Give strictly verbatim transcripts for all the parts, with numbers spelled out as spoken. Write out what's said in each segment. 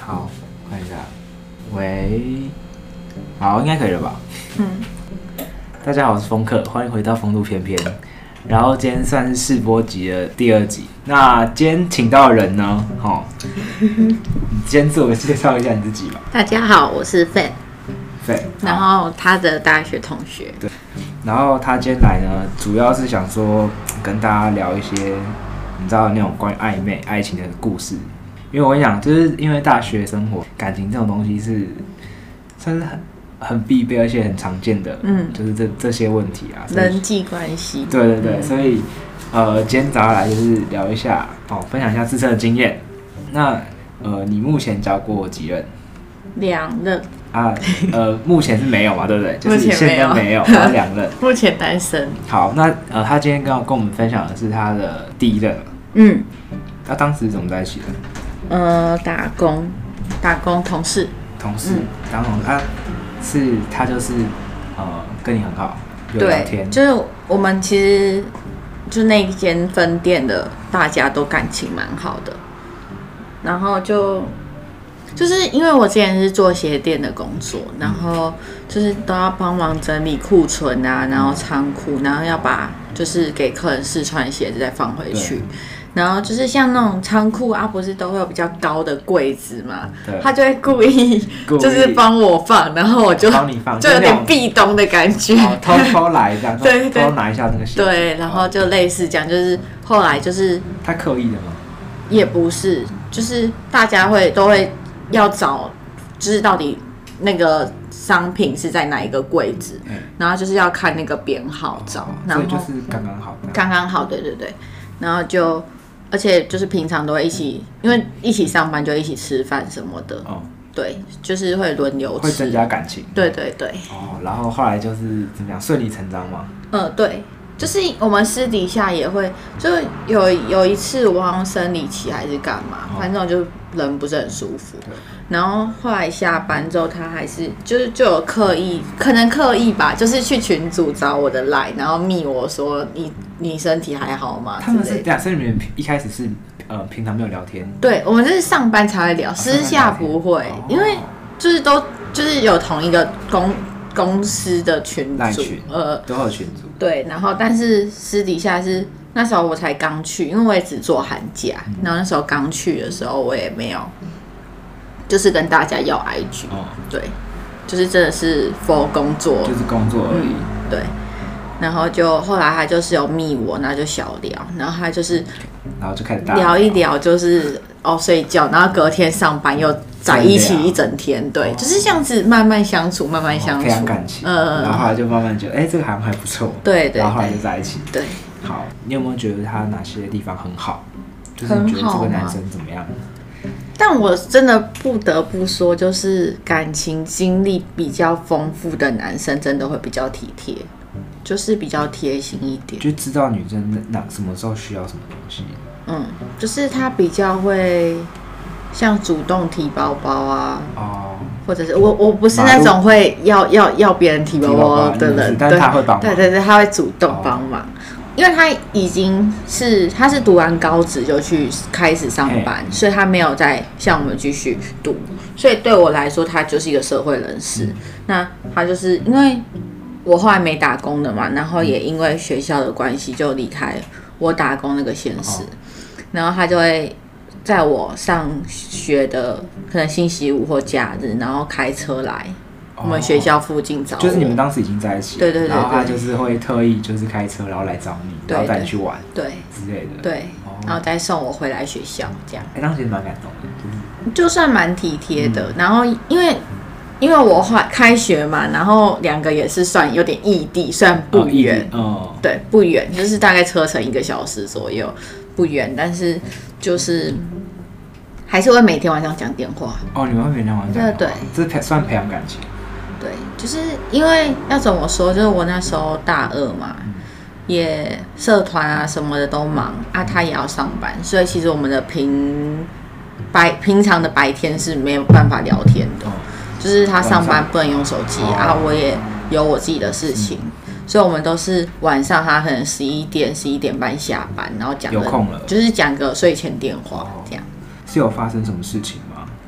好，看一下，喂，好，应该可以了吧？嗯。大家好，我是风客，欢迎回到风度翩翩。然后今天算是试播集的第二集。那今天请到的人呢？哦，你先自我介绍一下你自己吧。 大家好，我是 Fan。 Fan。 然后他的大学同学。 对。然后他今天来呢，主要是想说跟大家聊一些你知道那种关于暧昧、爱情的故事。因为我跟你讲，就是因为大学生活感情这种东西是算是很很必备而且很常见的，嗯，就是这这些问题啊， 人际关系。 对对对，嗯、所以呃，今天找他来就是聊一下，哦，分享一下自身的经验。那呃，你目前交过几任？ 两任。 啊，呃，目前是没有嘛，对不对？就是现在没有，然后两任。 目前单身。 好，那呃，他今天跟跟我们分享的是他的第一任。嗯。那当时怎么在一起的？ 呃，打工，打工同事。 同事，嗯、当同事啊。是他就是呃跟你很好，有聊天， 对，就是我们其实就那间分店的大家都感情蛮好的，然后就就是因为我之前是做鞋店的工作，然后就是都要帮忙整理库存啊，然后仓库，然后要把就是给客人试穿鞋子再放回去。然后就是像那种仓库啊，不是都会有比较高的柜子嘛？他就会故意就是帮我放，然后我就帮你放， 就有点壁咚的感觉， 哦、偷偷来这样，对对，偷拿一下那个鞋。 对，然后就类似这样，就是后来就是他刻意的吗？ 也不是，就是大家会都会要找，就是到底那个商品是在哪一个柜子，嗯、然后就是要看那个编号找， 哦、 然后所以就是刚刚好， 刚刚好，对对对，然后就。而且就是平常都会一起，因为一起上班就一起吃饭什么的，哦，对，就是会轮流吃， 会增加感情。 对对对。 哦，然后后来就是怎么样，顺理成章吗？ 嗯，对，就是我们私底下也会，就是有有一次我好像生理期还是干嘛，哦、反正我就人不是很舒服。然后后来下班之后，他还是就是就有刻意，可能刻意吧，就是去群组找我的 line， 然后密我说你你身体还好吗？ 他们是这样，所以你们一开始是呃平常没有聊天？ 对，我们是上班才会聊，哦、私下不会，哦、因为就是都就是有同一个公公司的群组， 群呃都有群组。 对，然后但是私底下是那时候我才刚去，因为我也只做寒假，嗯、然后那时候刚去的时候我也没有。就是跟大家要 I G，哦、对，就是真的是 for 工作， 就是工作而已，嗯、 对。然后就后来他就是有密我，然后就小聊，然后他就是， 然后就开始大聊一聊，就是哦睡觉，然后隔天上班又在一起一整天，对，哦、就是这样子慢慢相处，慢慢相处，培养感情，嗯，然后后来就慢慢觉得，哎、欸，这个好像还不错， 对 对, 对， 然后后来就在一起， 对。 好，你有没有觉得他哪些地方很好？就是你觉得这个男生怎么样？ 但我真的不得不说，就是感情经历比较丰富的男生，真的会比较体贴，就是比较贴心一点， 就知道女生哪什么时候需要什么东西。 嗯，就是他比较会像主动提包包啊，哦，或者是我我不是那种会要要要别人提包包的人， 但是他会帮忙， 对对对，他会主动帮忙。哦，因为他已经是他是读完高职就去开始上班，所以他没有再像我们继续读，所以对我来说他就是一个社会人士。嗯、那他就是因为我后来没打工的嘛，然后也因为学校的关系就离开我打工那个县市，哦、然后他就会在我上学的可能星期五或假日，然后开车来。我们学校附近找我， 就是你们当时已经在一起了， 对对 对, 对， 然后他就是会特意就是开车，然后来找你，然后带你去玩， 对之类的， 对，哦、然后再送我回来学校，这样。 哎、欸，当时蛮感动的，就是就算蛮体贴的。嗯、然后因为因为我开学嘛，然后两个也是算有点异地，虽然不远，哦，哦对，不远，就是大概车程一个小时左右，不远，但是就是还是会每天晚上讲电话。 哦，你们会每天晚上讲电话？ 对对，这算培养感情。 对，就是因为要怎么说，就是我那时候大二嘛，嗯、也社团啊什么的都忙啊，他也要上班，所以其实我们的平白平常的白天是没有办法聊天的，哦、就是他上班不能用手机，哦、啊，我也有我自己的事情，嗯、所以我们都是晚上他可能十一点、十一点半下班，然后讲有空了， 就是讲个睡前电话，哦、这样。 是有发生什么事情吗？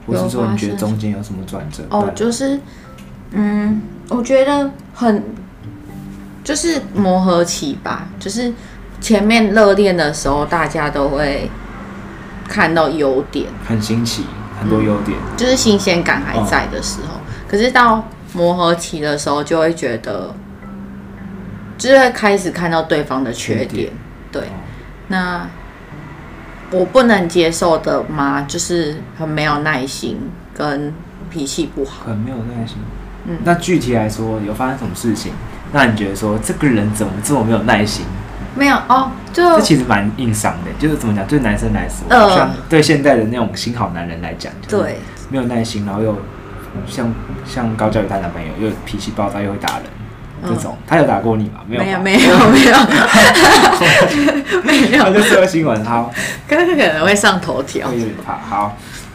或是说你觉得中间有什么转折？ 哦，就是嗯，我觉得很就是磨合期吧，就是前面热恋的时候，大家都会看到优点， 很新奇，很多优点、 嗯，就是新鲜感还在的时候。哦、可是到磨合期的时候，就会觉得，就是会开始看到对方的缺点。缺点对，哦、那我不能接受的嘛，就是很没有耐心，跟脾气不好。 很没有耐心。嗯，那具体来说，有发生什么事情，让你觉得说这个人怎么这么没有耐心？ 没有哦，就这其实蛮硬伤的，就是怎么讲，对男生来说，呃、像对现在的那种新好男人来讲，对，没有耐心，然后又像像高教宇她男朋友又脾气暴躁又会打人，嗯、这种，他有打过你吗？没有， 没有，没有，没有，没有， 他就社会新闻，好， 可能可能会上头条， 会有点怕，好，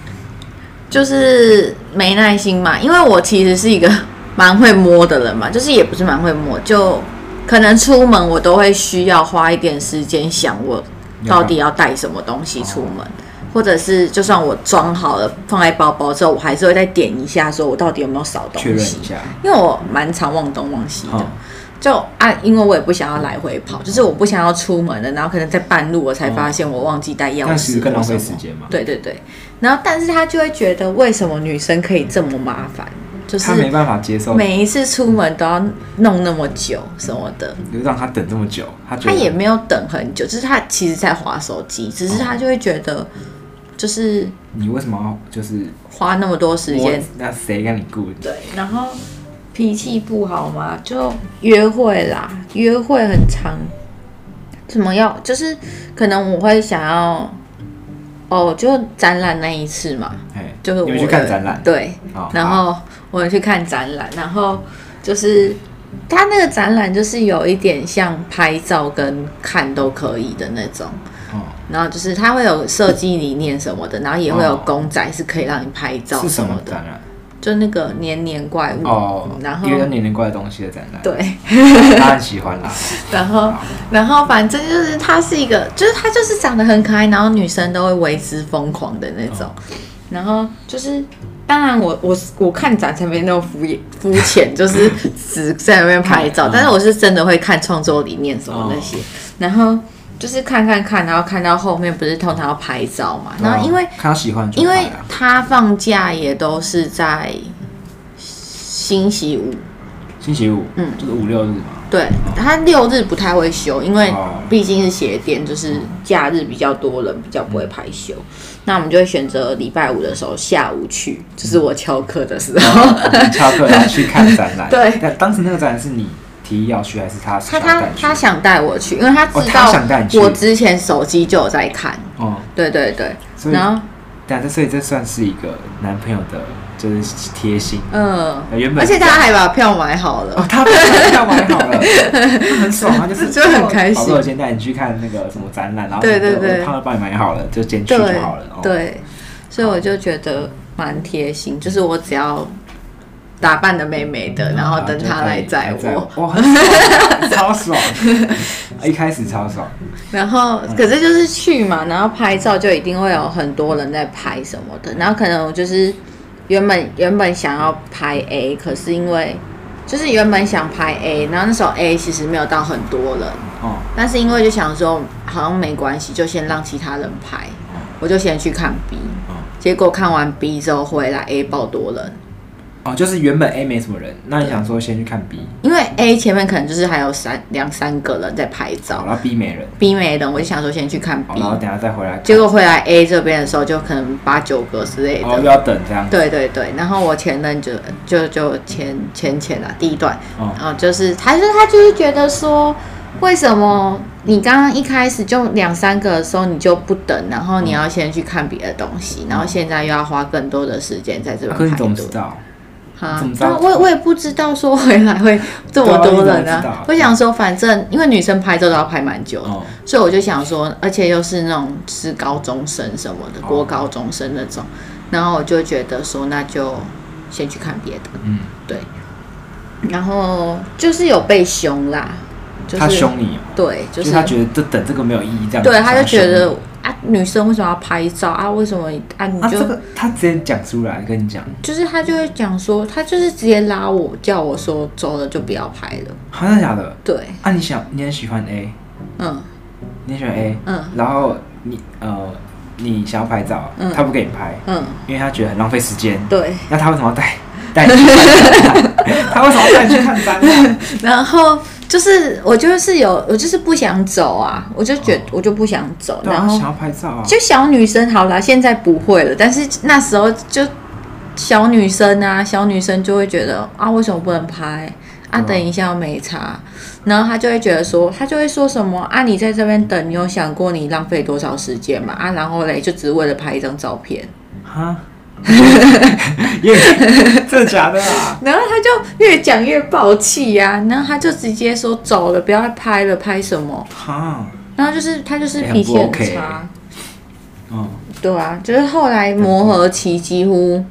就是没耐心嘛，因为我其实是一个蛮会摸的人嘛，就是也不是蛮会摸，就。可能出门我都会需要花一点时间想我到底要带什么东西出门，或者是就算我装好了放在包包之后，我还是会再点一下，说我到底有没有少东西，确认一下。因为我蛮常忘东忘西的，哦、就啊，因为我也不想要来回跑，就是我不想要出门了，然后可能在半路我才发现我忘记带钥匙，但其实更浪费时间嘛。 对对对，然后但是他就会觉得为什么女生可以这么麻烦？就是他没办法接受， 每一次出门都要弄那么久什么的， 就让他等这么久，他他也没有等很久，就是他其实在滑手机，只是他就会觉得，就是你为什么要就是花那么多时间？ 那谁跟你顾？ 对，然后脾气不好嘛，就约会啦，约会很长，怎么要就是可能我会想要。哦，就展览那一次嘛，就是我你们去看展览， 对，哦、然后我们去看展览，然后就是他那个展览就是有一点像拍照跟看都可以的那种，哦、然后就是他会有设计理念什么的，然后也会有公仔是可以让你拍照什么的。 是什么展览？ 就那个年年怪物哦， 然后一个年年怪的东西的展览， 对， 他很喜欢啦。 然后，然后反正就是他是一个，就是他就是长得很可爱，然后女生都会为之疯狂的那种。哦、然后就是，当然我我我看展才没那么敷衍肤浅，就是只在那边拍照，但是我是真的会看创作理念什么那些，哦、然后。就是看看看，然后看到后面不是通常要拍照嘛？然后因为看到喜欢就因为他放假也都是在星期五， 星期五，嗯，就是五六日嘛。 对，他六日不太会休，因为毕竟是鞋店，就是假日比较多人，比较不会排休。嗯、那我们就会选择礼拜五的时候下午去，就是我翘课的时候， 嗯、翘课要去看展览。 对， 但当时那个展览是你。提议要去还是他他他他想带我去，因为他知道我之前手机就有在看。哦，对对对，然后， 但所以这算是一个男朋友的，就是贴心。嗯，原本而且他还把票买好了。 哦，他把票买好了，很爽啊，就是就很开心。 好，我先带你去看那个什么展览，然后对对对， 他帮你买好了，就先去就好了。 对，所以我就觉得蛮贴心，就是我只要。打扮的美美的，然后等他来载我， 哇，很爽，超爽，一开始超爽。 然后，可是就是去嘛，然后拍照就一定会有很多人在拍什么的，然后可能我就是原本原本想要拍 A， 可是因为就是原本想拍 A， 然后那时候 A 其实没有到很多人，哦，但是因为就想说好像没关系，就先让其他人拍，我就先去看 B，哦，结果看完 B 之后回来 A 爆多人。 哦，就是原本 A 没什么人，那你想说先去看 B， 因为 A 前面可能就是还有三两三个人在拍照， 然后 B 没人 ，B 没人，我就想说先去看 B， 然后等一下再回来。 结果回来 A 这边的时候，就可能八九个之类的， 哦，又要等这样。 对对对，然后我前任就就就前前前啊第一段，哦，然后就是他就他就是觉得说，为什么你刚刚一开始就两三个的时候你就不等，然后你要先去看别的东西，嗯、然后现在又要花更多的时间在这边排队。 可你怎么知道？ 啊，我我也不知道说回来会这么多人啊！我想说，反正因为女生拍照都要拍蛮久的，哦、所以我就想说，而且又是那种是高中生什么的，国高中生那种，然后我就觉得说，那就先去看别的，嗯，对。然后就是有被凶啦，就是、 他凶你、哦， 对，就是他觉得这等这个没有意义，这样对，他就觉得啊， 女生为什么要拍照啊？为什么啊？你就、啊、 这个他直接讲出来跟你讲， 就是他就会讲说，他就是直接拉我，叫我说走了就不要拍了。 好像假的？ 对。 啊，你想，你很喜欢 A， 嗯，你很喜欢 A， 嗯，然后你呃，你想要拍照，嗯，他不给你拍，嗯，因为他觉得很浪费时间。对。那他为什么要带带你去看展览？他为什么要带你去看展览？ 然后。就是我就是有我就是不想走啊，我就觉得、哦、我就不想走，然后想要拍照啊。 就小女生好啦，现在不会了，但是那时候就小女生啊，小女生就会觉得啊，为什么不能拍啊？等一下又没差，然后她就会觉得说，她就会说什么啊？你在这边等，你有想过你浪费多少时间吗？啊，然后嘞，就只是为了拍一张照片。哈。 真的假的啊？ 然后他就越讲越爆气呀、啊，然后他就直接说走了，不要再拍了，拍什么？哈。然后就是他就是脾气很差。欸很嗯，对啊，就是后来磨合期几乎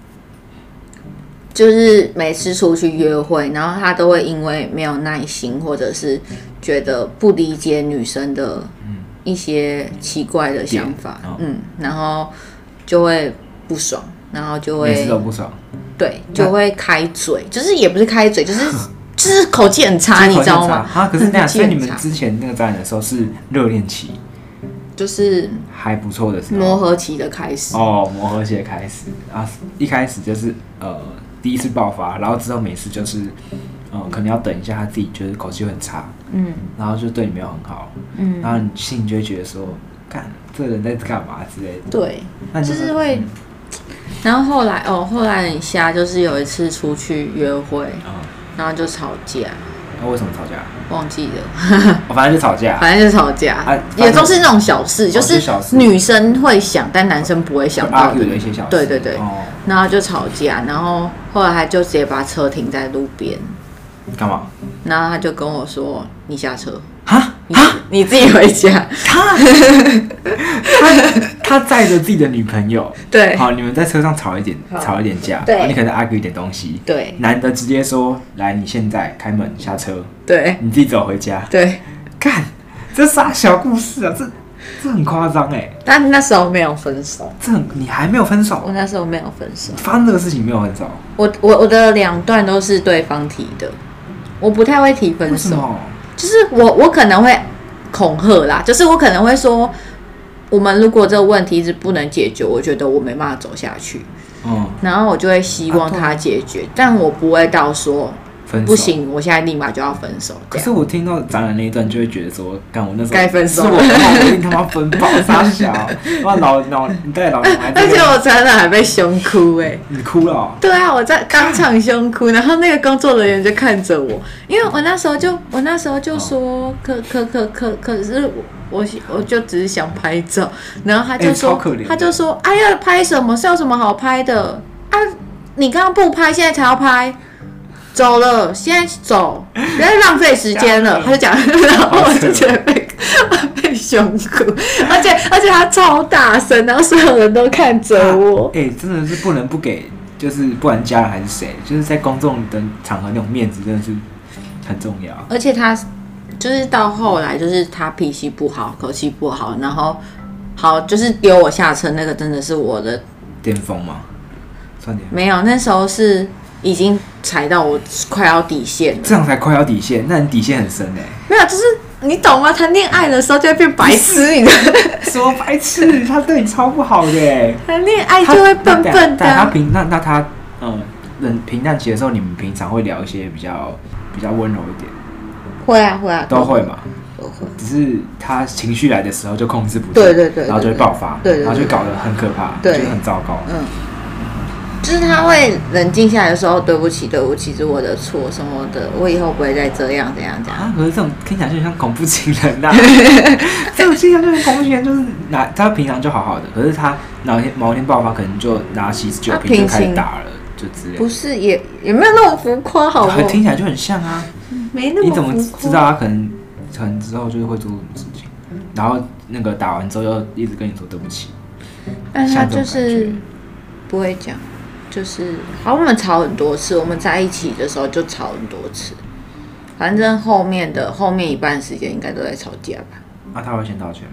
就是每次出去约会，然后他都会因为没有耐心，或者是觉得不理解女生的一些奇怪的想法，嗯，嗯然后就会。不爽，然后就会每次都不爽， 对，就会开嘴，就是也不是开嘴，就是就是口气很差，你知道吗？ 啊，可是那样，所以你们之前那个展览的时候是热恋期， 就是还不错的时候， 磨合期的开始。 哦，磨合期的开始啊，一开始就是呃第一次爆发，然后之后每次就是呃可能要等一下，他自己觉得口气很差，嗯，然后就对你没有很好，嗯，然后你心里就会觉得说，干这人在干嘛之类的， 对，那就、就是会。嗯然后后来哦，后来很瞎，就是有一次出去约会，嗯、然后就吵架。 那为什么吵架？ 忘记了。 哦，反正就吵架。 反正就吵架，啊、也都是那种小事，就是女生会想，但男生不会想到的一些小事。 对对对。哦、然后就吵架，然后后来他就直接把车停在路边。 干嘛？ 然后他就跟我说：“你下车。”哈，你, 你自己回家。 他他他载着自己的女朋友， 对， 好，你们在车上吵一点，吵一点架，对，你可能 argue 一点东西， 对， 男的直接说：“来，你现在开门下车， 对， 你自己走回家。” 对， 干，这啥小故事啊？这这很夸张哎。 但那时候没有分手， 这很你还没有分手？ 我那时候没有分手， 发生这个事情没有分手。 我我我的两段都是对方提的，我不太会提分手。为什么？就是我，我可能会恐吓啦，就是我可能会说，我们如果这个问题一直不能解决，我觉得我没办法走下去，嗯，然后我就会希望他解决，啊、但我不会到说不行，我现在立马就要分手。 可是我听到展览那一段，就会觉得说，干我那时候该分手， 是我我一定他妈分爆傻小，哇老老你带老娘来， 而且我展览还被凶哭哎、欸， 你哭了、哦？ 对啊，我在当场凶哭，然后那个工作人员就看着我，因为我那时候就我那时候就说，哦、可可可可可是我我就只是想拍照，然后他就说，欸、他就说，哎呀，拍什么？是有什么好拍的啊？你刚刚不拍，现在才要拍。走了，现在走，不要浪费时间了。他就讲，然后我就觉得被被凶哭，而且而且他超大声，然后所有人都看着我。 哎、欸，真的是不能不给，就是不管家人还是谁，就是在公众的场合那种面子真的是很重要。 而且他就是到后来，就是他脾气不好，口气不好，然后好就是丢我下车，那个真的是我的巅峰吗？算巅峰？ 没有，那时候是。已经踩到我快要底线了， 这样才快要底线，那你底线很深哎、欸。 没有，就是你懂吗？谈恋爱的时候就会变白痴，你的什么白痴？他对你超不好的哎、欸。 谈恋爱就会笨笨的、啊。 他平那那他嗯，冷平淡期的时候，你们平常会聊一些比较比较温柔一点。 会啊会啊， 都会嘛。 都会。 只是他情绪来的时候就控制不住， 对对 对, 對， 然后就会爆发， 对, 對, 對， 然后就搞得很可怕， 对， 就很糟糕。 嗯。就是他会冷静下来的时候，对不起，对不起，是我的错什么的，我以后不会再这样，怎样怎样。 啊，可是这种听起来就像恐怖情人呐、啊，这种听起来就是恐怖情人，就是拿他平常就好好的，可是他哪天某天爆发，可能就拿起酒瓶就开始打了，就之类的。 不是，也也没有那么浮夸，好不好？ 听起来就很像啊， 没那么浮夸。 你怎么知道他可能可能之后就是会做这种事情，然后那个打完之后又一直跟你说对不起， 但是他就是不会讲。就是好，我们吵很多次，我们在一起的时候就吵很多次，反正后面的后面一半时间应该都在吵架吧。 那、啊、他会先道歉吗？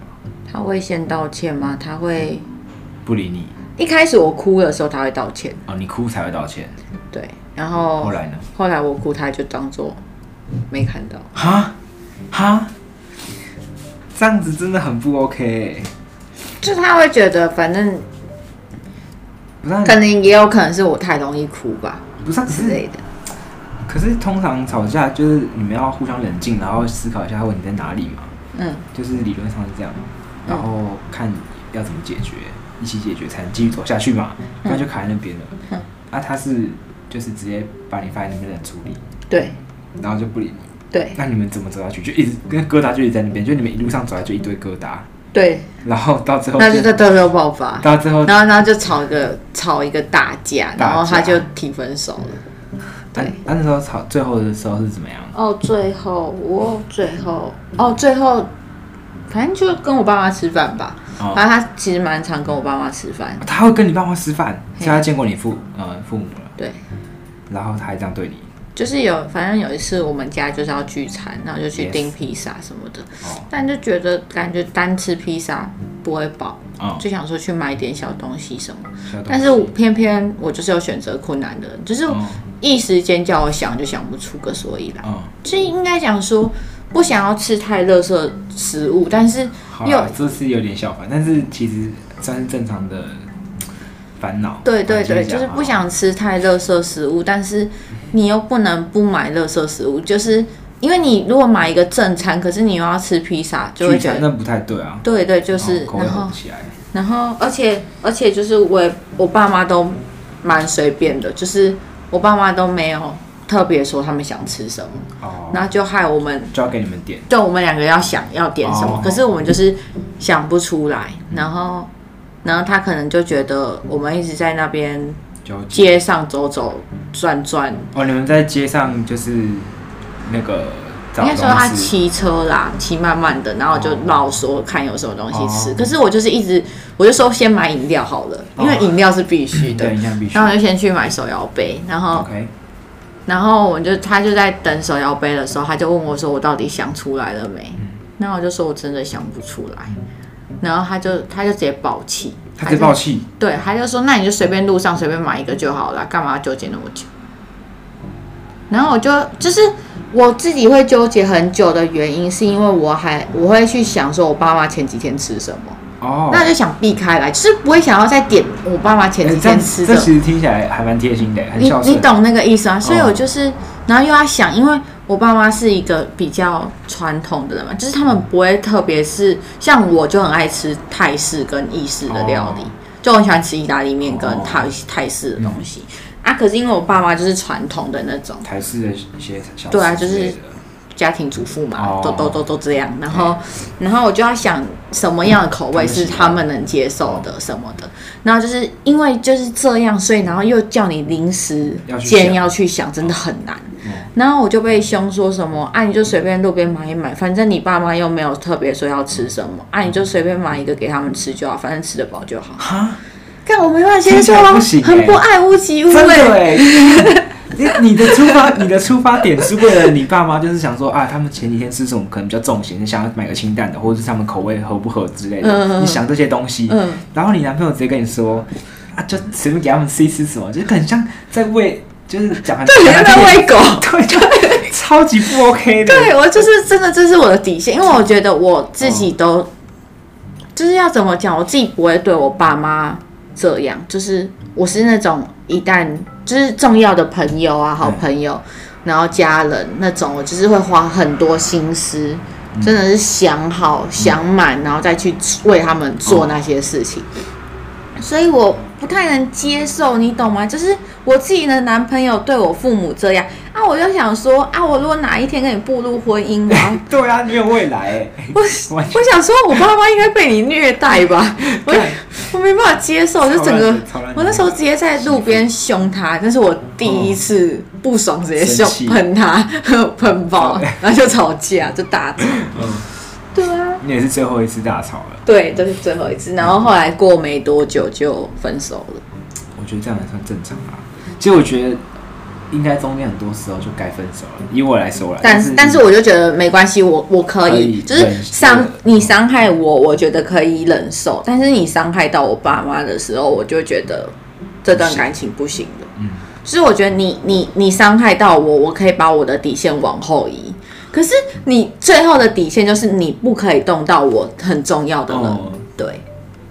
他会先道歉吗？他会不理你。 一开始我哭的时候他会道歉。 哦，你哭才会道歉。 对，然后后来呢？ 后来我哭，他就当作没看到。 哈哈，这样子真的很不 OK。 就他会觉得，反正不是， 可能也有可能是我太容易哭吧， 不是之类的。 可是通常吵架就是你们要互相冷静，然后思考一下问题在哪里嘛。嗯，就是理论上是这样，然后看要怎么解决，一起解决才能继续走下去嘛。那、嗯、就卡在那边了。嗯，啊，他是就是直接把你放在那边冷处理。对。然后就不理你。对。那你们怎么走下去？就一直跟疙瘩就一直在那边，就你们一路上走来就一堆疙瘩。对，然后到最后， 那就在到最后爆发， 到最后， 然后然后就吵一个吵一个大架，然后他就提分手了。 对，那那时候吵最后的时候是怎么样？ 哦，最后我最后哦最后，反正就跟我爸妈吃饭吧。哦、反正他其实蛮常跟我爸妈吃饭。 他会跟你爸妈吃饭，所以他见过你父呃父母了。 对， 然后他还这样对你。 就是有，反正有一次我们家就是要聚餐，然后就去订披萨什么的， yes. oh. 但就觉得感觉单吃披萨不会饱， oh. 就想说去买点小东西什么。但是偏偏我就是有选择困难的人，就是一时间叫我想就想不出个所以然。Oh. 就应该讲说不想要吃太垃圾食物，但是又这是有点笑话，但是其实算是正常的烦恼。 对对对，就是不想吃太垃圾食物，但是你又不能不买垃圾食物，就是因为你如果买一个正餐，可是你又要吃披萨，就会觉得那不太对啊。 对对，就是、 哦、然后然后而且而且就是我我爸妈都蛮随便的，就是我爸妈都没有特别说他们想吃什么，哦、然后就害我们就要给你们点， 对，我们两个要想要点什么，哦、可是我们就是想不出来，然后然后他可能就觉得我们一直在那边街上走走转转。 哦，你们在街上就是那个应该说他骑车啦，骑慢慢的，然后就绕说看有什么东西吃。哦、可是我就是一直，我就说先买饮料好了，因为饮料是必须的。 对，饮料必须。 然后我就先去买手摇杯，然后， okay. 然后我就他就在等手摇杯的时候，他就问我说我到底想出来了没？嗯、然后我就说我真的想不出来。然后他就他就直接爆气， 他直接爆气， 对，他就说那你就随便路上随便买一个就好了，干嘛要纠结那么久？然后我就就是我自己会纠结很久的原因，是因为我还我会去想说我爸妈前几天吃什么，哦，那就想避开来，就是不会想要再点我爸妈前几天吃的。 欸、这, 这其实听起来还蛮贴心的，很孝顺。 你你懂那个意思啊？所以我就是，哦、然后又要想，因为我爸妈是一个比较传统的人嘛，就是他们不会特别是像我就很爱吃泰式跟意式的料理，哦、就很喜欢吃意大利面跟泰泰式的东西。嗯啊，可是因为我爸妈就是传统的那种台式的一些小吃， 对啊，就是家庭主妇嘛，哦、都都都都这样。然后，然后我就要想什么样的口味是他们能接受的什么的。然后就是因为就是这样，所以然后又叫你临时间要去想，真的很难。哦、然后我就被凶说什么啊，你就随便路边买一买，反正你爸妈又没有特别说要吃什么，啊，你就随便买一个给他们吃就好，反正吃得饱就好。哈。但我没办法接受啊，欸、很不爱屋及乌。真的哎， 你的出发，你的出发点是为了你爸妈，就是想说啊，他们前几天吃什么可能比较重咸，你想要买个清淡的，或者是他们口味合不合之类的。嗯、你想这些东西，嗯、然后你男朋友直接跟你说啊，就随便给他们吃一吃什么，就是很像在喂，就是讲很对，像在喂狗， 对，就超级不 OK 的。 对我就是真的，这是我的底线，因为我觉得我自己都、嗯、就是要怎么讲，我自己不会对我爸妈。这样就是我是那种一旦就是重要的朋友啊，好朋友，然后家人那种，我就是会花很多心思，嗯、真的是想好想满，然后再去为他们做那些事情。哦、所以我不太能接受，你懂吗？就是我自己的男朋友对我父母这样啊，我就想说啊，我如果哪一天跟你步入婚姻啊， 对啊，你有未来我我想说，我爸妈应该被你虐待吧？我我没办法接受，就整个我那时候直接在路边凶他，那是我第一次不爽，直接凶喷他，喷爆，然后就吵架，就大吵。嗯，对啊， 你也是最后一次大吵了。 对，这、就是最后一次，然后后来过没多久就分手了。 我觉得这样也算正常啊。其实我觉得应该中间很多时候就该分手了。以我来说啦， 但是但是我就觉得没关系，我我可以， 可以就是伤你伤害我，我觉得可以忍受。但是你伤害到我爸妈的时候，我就觉得这段感情不行的。嗯，就是我觉得你你你伤害到我，我可以把我的底线往后移。可是你最后的底线就是你不可以动到我很重要的人，哦、对。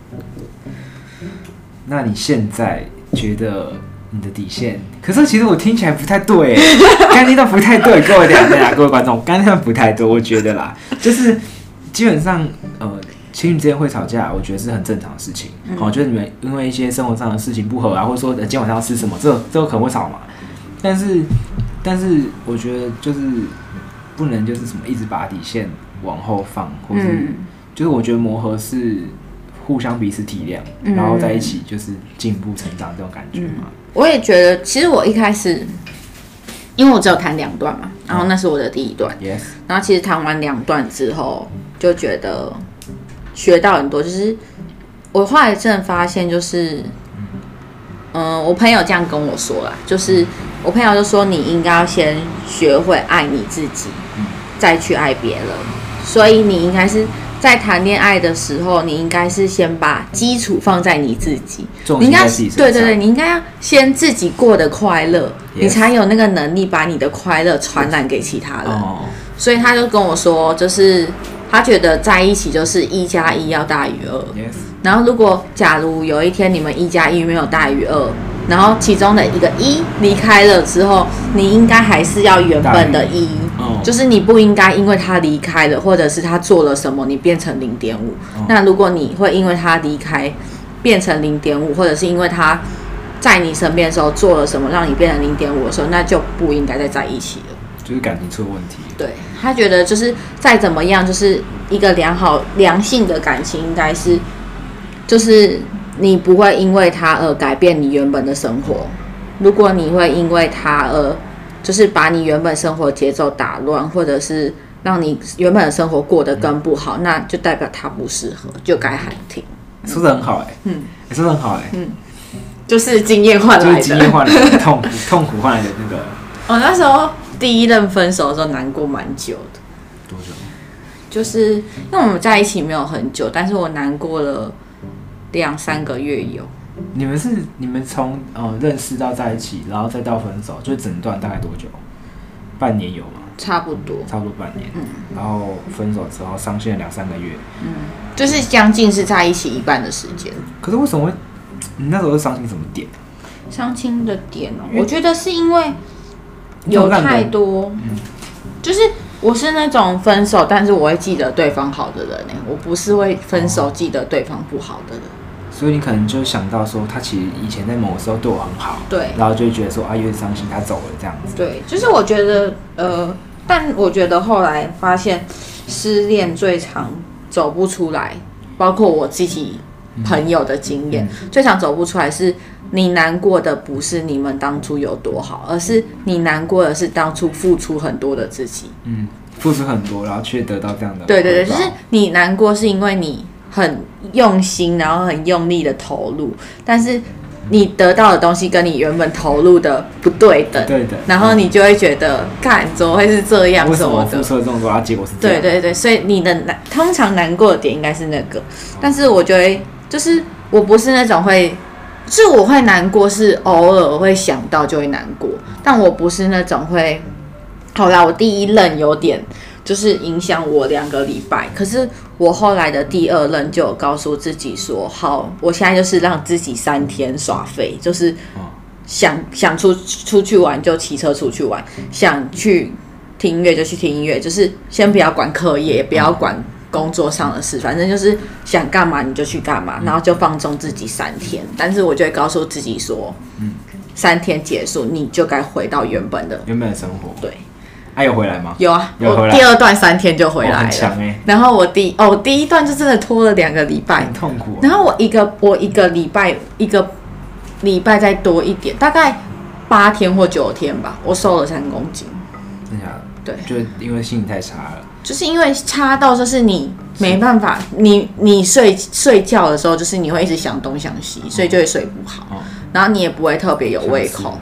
那你现在觉得你的底线？可是其实我听起来不太对，刚刚那段不太对，各位等一下，各位观众，刚刚那段不太对，我觉得啦，就是基本上呃，情侣之间会吵架，我觉得是很正常的事情。好、嗯哦，就是你们因为一些生活上的事情不合啊，或者说今天晚上要吃什么，这这个可能会吵嘛。但是但是我觉得就是不能就是什么一直把底线往后放，或是、嗯、就是我觉得磨合是互相彼此体谅，嗯、然后在一起就是进步成长这种感觉嘛。嗯、 我也觉得，其实我一开始，因为我只有谈两段嘛，然后那是我的第一段， 嗯、 然后其实谈完两段之后，就觉得学到很多，就是我后来真的发现，就是，嗯、呃，我朋友这样跟我说啦，就是我朋友就说你应该要先学会爱你自己，嗯、再去爱别人，所以你应该是。在谈恋爱的时候，你应该是先把基础放在你自己， 你应该对对对，你应该要先自己过得快乐， yes. 你才有那个能力把你的快乐传染给其他人。Oh. 所以他就跟我说，就是他觉得在一起就是一加一要大于二。 Yes. 然后如果假如有一天你们一加一没有大于二，然后其中的一个一离开了之后，你应该还是要原本的一。就是你不应该因为他离开了，或者是他做了什么，你变成零点五。那如果你会因为他离开变成零点五，或者是因为他在你身边的时候做了什么让你变成零点五的时候，那就不应该再在一起了。 就是感情出了问题。 对，他觉得就是再怎么样，就是一个良好良性的感情，应该是就是你不会因为他而改变你原本的生活。如果你会因为他而就是把你原本生活节奏打乱，或者是让你原本的生活过得更不好，嗯、那就代表他不适合，就该喊停。 说得很好哎、欸，嗯，说得很好哎、欸， 嗯，就是经验换来的， 就是经验换来的痛苦，痛苦换来的那个。 我那时候第一任分手的时候难过蛮久的。 多久？ 就是因为我们在一起没有很久，但是我难过了两三个月有。 你们是你们从呃认识到在一起，然后再到分手，就整段大概多久？半年有吗？ 差不多， 差不多半年。嗯，然后分手之后伤心了两三个月。 嗯，就是将近是在一起一半的时间。 可是为什么会？你那时候是伤心什么点？ 伤心的点哦，我觉得是因为有太多，嗯，就是我是那种分手，但是我会记得对方好的人呢，我不是会分手记得对方不好的人。哦， 所以你可能就想到说，他其实以前在某个时候对我很好， 对， 然后就会觉得说啊，有点伤心，他走了这样子。 对，就是我觉得，呃，但我觉得后来发现，失恋最常走不出来，包括我自己朋友的经验，嗯、最常走不出来是，你难过的不是你们当初有多好，而是你难过的是当初付出很多的自己。 嗯，付出很多，然后却得到这样的。 对对对，就是你难过是因为你很用心，然后很用力的投入，但是你得到的东西跟你原本投入的不对等， 对的， 然后你就会觉得，干、嗯、怎么会是这样？ 为什么付出了这么多，然后结果是这样？ 对对对，所以你的难，通常难过的点应该是那个，但是我觉得就是我不是那种会，就是我会难过，是偶尔会想到就会难过，但我不是那种会，好啦，我第一任有点。就是影响我两个礼拜，可是我后来的第二任就有告诉自己说，好，我现在就是让自己三天耍废，就是想想出出去玩就骑车出去玩，想去听音乐就去听音乐，就是先不要管课业，也不要管工作上的事，反正就是想干嘛你就去干嘛，然后就放纵自己三天。但是我就会告诉自己说，嗯，三天结束你就该回到原本的原本的生活， 对。 他、啊、有回来吗？ 有啊， 有回来。 我第二段三天就回来了，哦、 很强欸。 然后我第哦第一段就真的拖了两个礼拜， 很痛苦、啊。 然后我一个我一个礼拜一个礼拜再多一点，大概八天或九天吧，我瘦了三公斤。 真的假的？ 对， 就因为心情太差了。 就是因为差到就是你没办法，你你睡睡觉的时候，就是你会一直想东想西，所以就会睡不好，哦、然后你也不会特别有胃口。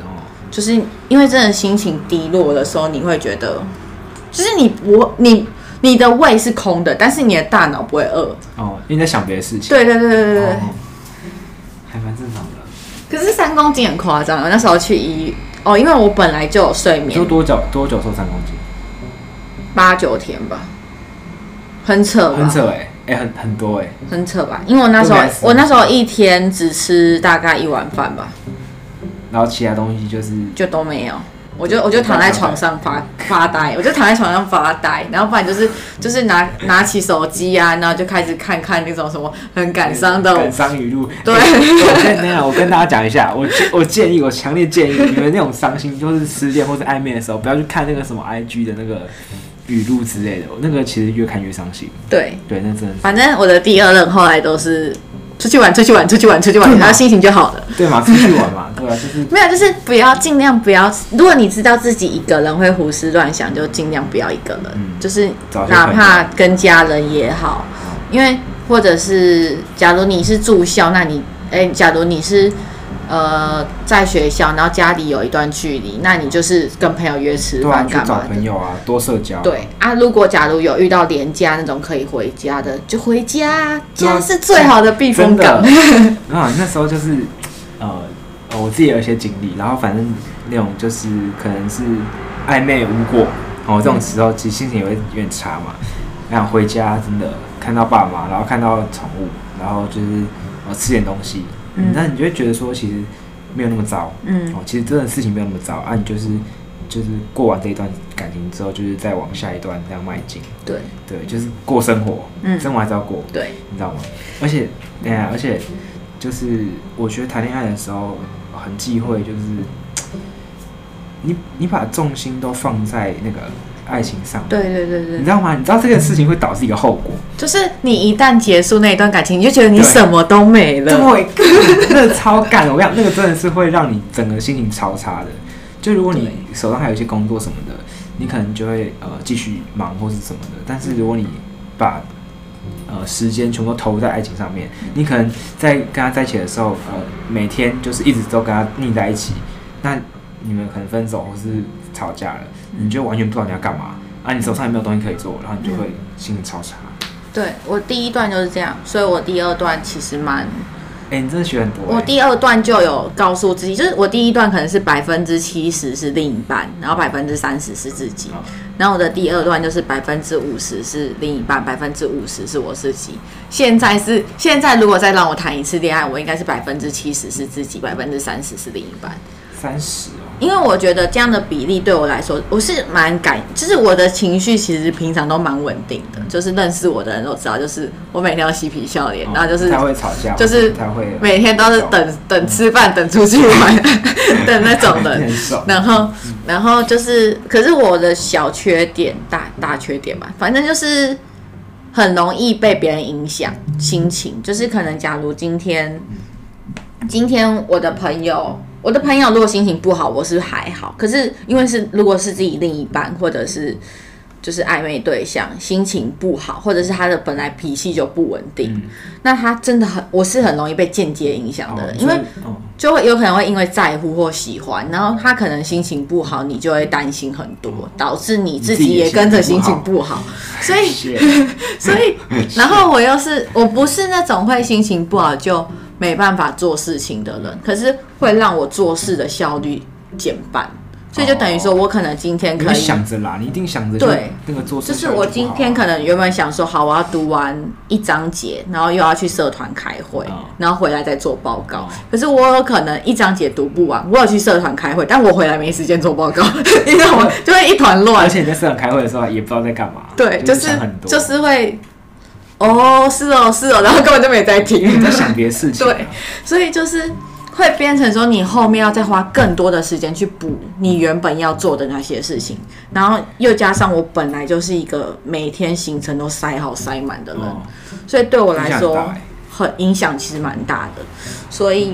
就是因为真的心情低落的时候，你会觉得，就是你不你你的胃是空的，但是你的大脑不会饿。 哦，因为你在想别的事情。 对对对对对对，哦、 还蛮正常的。 可是三公斤很夸张，我那时候去医哦，因为我本来就有睡眠。 就多久多久瘦三公斤？ 八九天吧，很扯吧？ 很扯哎、欸，哎、欸、很很多哎、欸， 很扯吧？因为我那时候我那时候一天只吃大概一碗饭吧， 然后其他东西就是就都没有。我就我就躺在床上发发呆，我就躺在床上发呆，然后不然就是就是拿拿起手机啊，然后就开始看看那种什么很感伤的感伤语录。 对， 我跟那样，我跟大家讲一下，我我建议，我强烈建议你们那种伤心，就是失恋或是暧昧的时候，不要去看那个什么 I G 的那个语录之类的，那个其实越看越伤心。 对对，那真的是。 反正我的第二任后来都是。出去玩，出去玩，出去玩，出去玩，然后心情就好了。 对嘛，出去玩嘛，对啊，就是没有，就是不要尽量不要。如果你知道自己一个人会胡思乱想，就尽量不要一个人。嗯、就是哪怕跟家人也好，因为或者是假如你是住校，那你哎、欸，假如你是呃在学校，然后家里有一段距离，那你就是跟朋友约吃饭干嘛的？ 对啊，去找朋友啊，多社交。 对啊，如果假如有遇到连假那种可以回家的，就回家，家是最好的避风港。 啊，那时候就是呃，我自己有一些经历，然后反正那种就是可能是暧昧无果哦，这种时候其实心情也会有点差嘛。然后回家真的看到爸妈，然后看到宠物，然后就是呃吃点东西。嗯，那你就会觉得说，其实没有那么糟，嗯，哦，其实真的事情没有那么糟啊，你就是就是过完这一段感情之后，就是再往下一段这样迈进， 对， 对，就是过生活，嗯，生活还是要过， 对， 你知道吗？而且，对啊，而且就是我觉得谈恋爱的时候很忌讳，就是你你把重心都放在那个爱情上， 对对对对， 你知道吗？你知道这件事情会导致一个后果， 就是你一旦结束那一段感情，你就觉得你什么都没了， 对，那个超干，我跟你讲，那个真的是会让你整个心情超差的。就如果你手上还有一些工作什么的，你可能就会呃继续忙或是什么的。但是如果你把呃时间全部都投入在爱情上面，你可能在跟他在一起的时候，呃每天就是一直都跟他腻在一起，那你们可能分手或是吵架了，你就完全不知道你要干嘛啊！你手上也没有东西可以做，然后你就会心情超差。 对，我第一段就是这样，所以我第二段其实蛮…… 哎、欸，你真的学很多、欸。 我第二段就有告诉自己，就是我第一段可能是百分之七十是另一半，然后百分之三十是自己，然后我的第二段就是百分之五十是另一半，百分之五十是我自己。现在是现在，如果再让我谈一次恋爱，我应该是百分之七十是自己，百分之三十是另一半。 三十哦， 因为我觉得这样的比例对我来说，我是蛮感，就是我的情绪其实平常都蛮稳定的，就是认识我的人都知道，就是我每天要嬉皮笑脸，哦、然后就是他会吵架， 就是他会每天都是等等吃饭、等出去玩的那种人，然后然后就是，可是我的小缺点、大大缺点吧，反正就是很容易被别人影响心情，就是可能假如今天今天我的朋友。我的朋友如果心情不好，我是还好。可是因为是如果是自己另一半，或者是就是暧昧对象，心情不好，或者是他的本来脾气就不稳定，嗯、那他真的很，我是很容易被间接影响的人，哦、因为就会有可能会因为在乎或喜欢，然后他可能心情不好，你就会担心很多，导致你自己也跟着心情不好。所以，所以，然后我又是我不是那种会心情不好就没办法做事情的人，可是会让我做事的效率减半，所以就等于说我可能今天可以、哦、 你想着啦，你一定想着对那个做事， 就是我今天可能原本想说好，我要读完一章节，然后又要去社团开会，哦、然后回来再做报告。哦、可是我有可能一章节读不完，我有去社团开会，但我回来没时间做报告，你知道吗？就会一团乱。 而且你在社团开会的时候也不知道在干嘛， 对， 就是就是会。哦，是哦，是哦，然后根本就没在听， 你在想别的事情、啊。 对，所以就是会变成说，你后面要再花更多的时间去补你原本要做的那些事情，然后又加上我本来就是一个每天行程都塞好塞满的人，哦、所以对我来说很影响，其实蛮大的。所以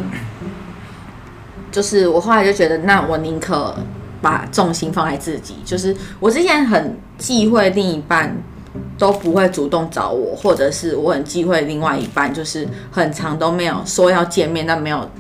就是我后来就觉得，那我宁可把重心放在自己。就是我之前很忌讳另一半都不会主动找我，或者是我很忌讳另外一半就是很常都没有说要见面，但没有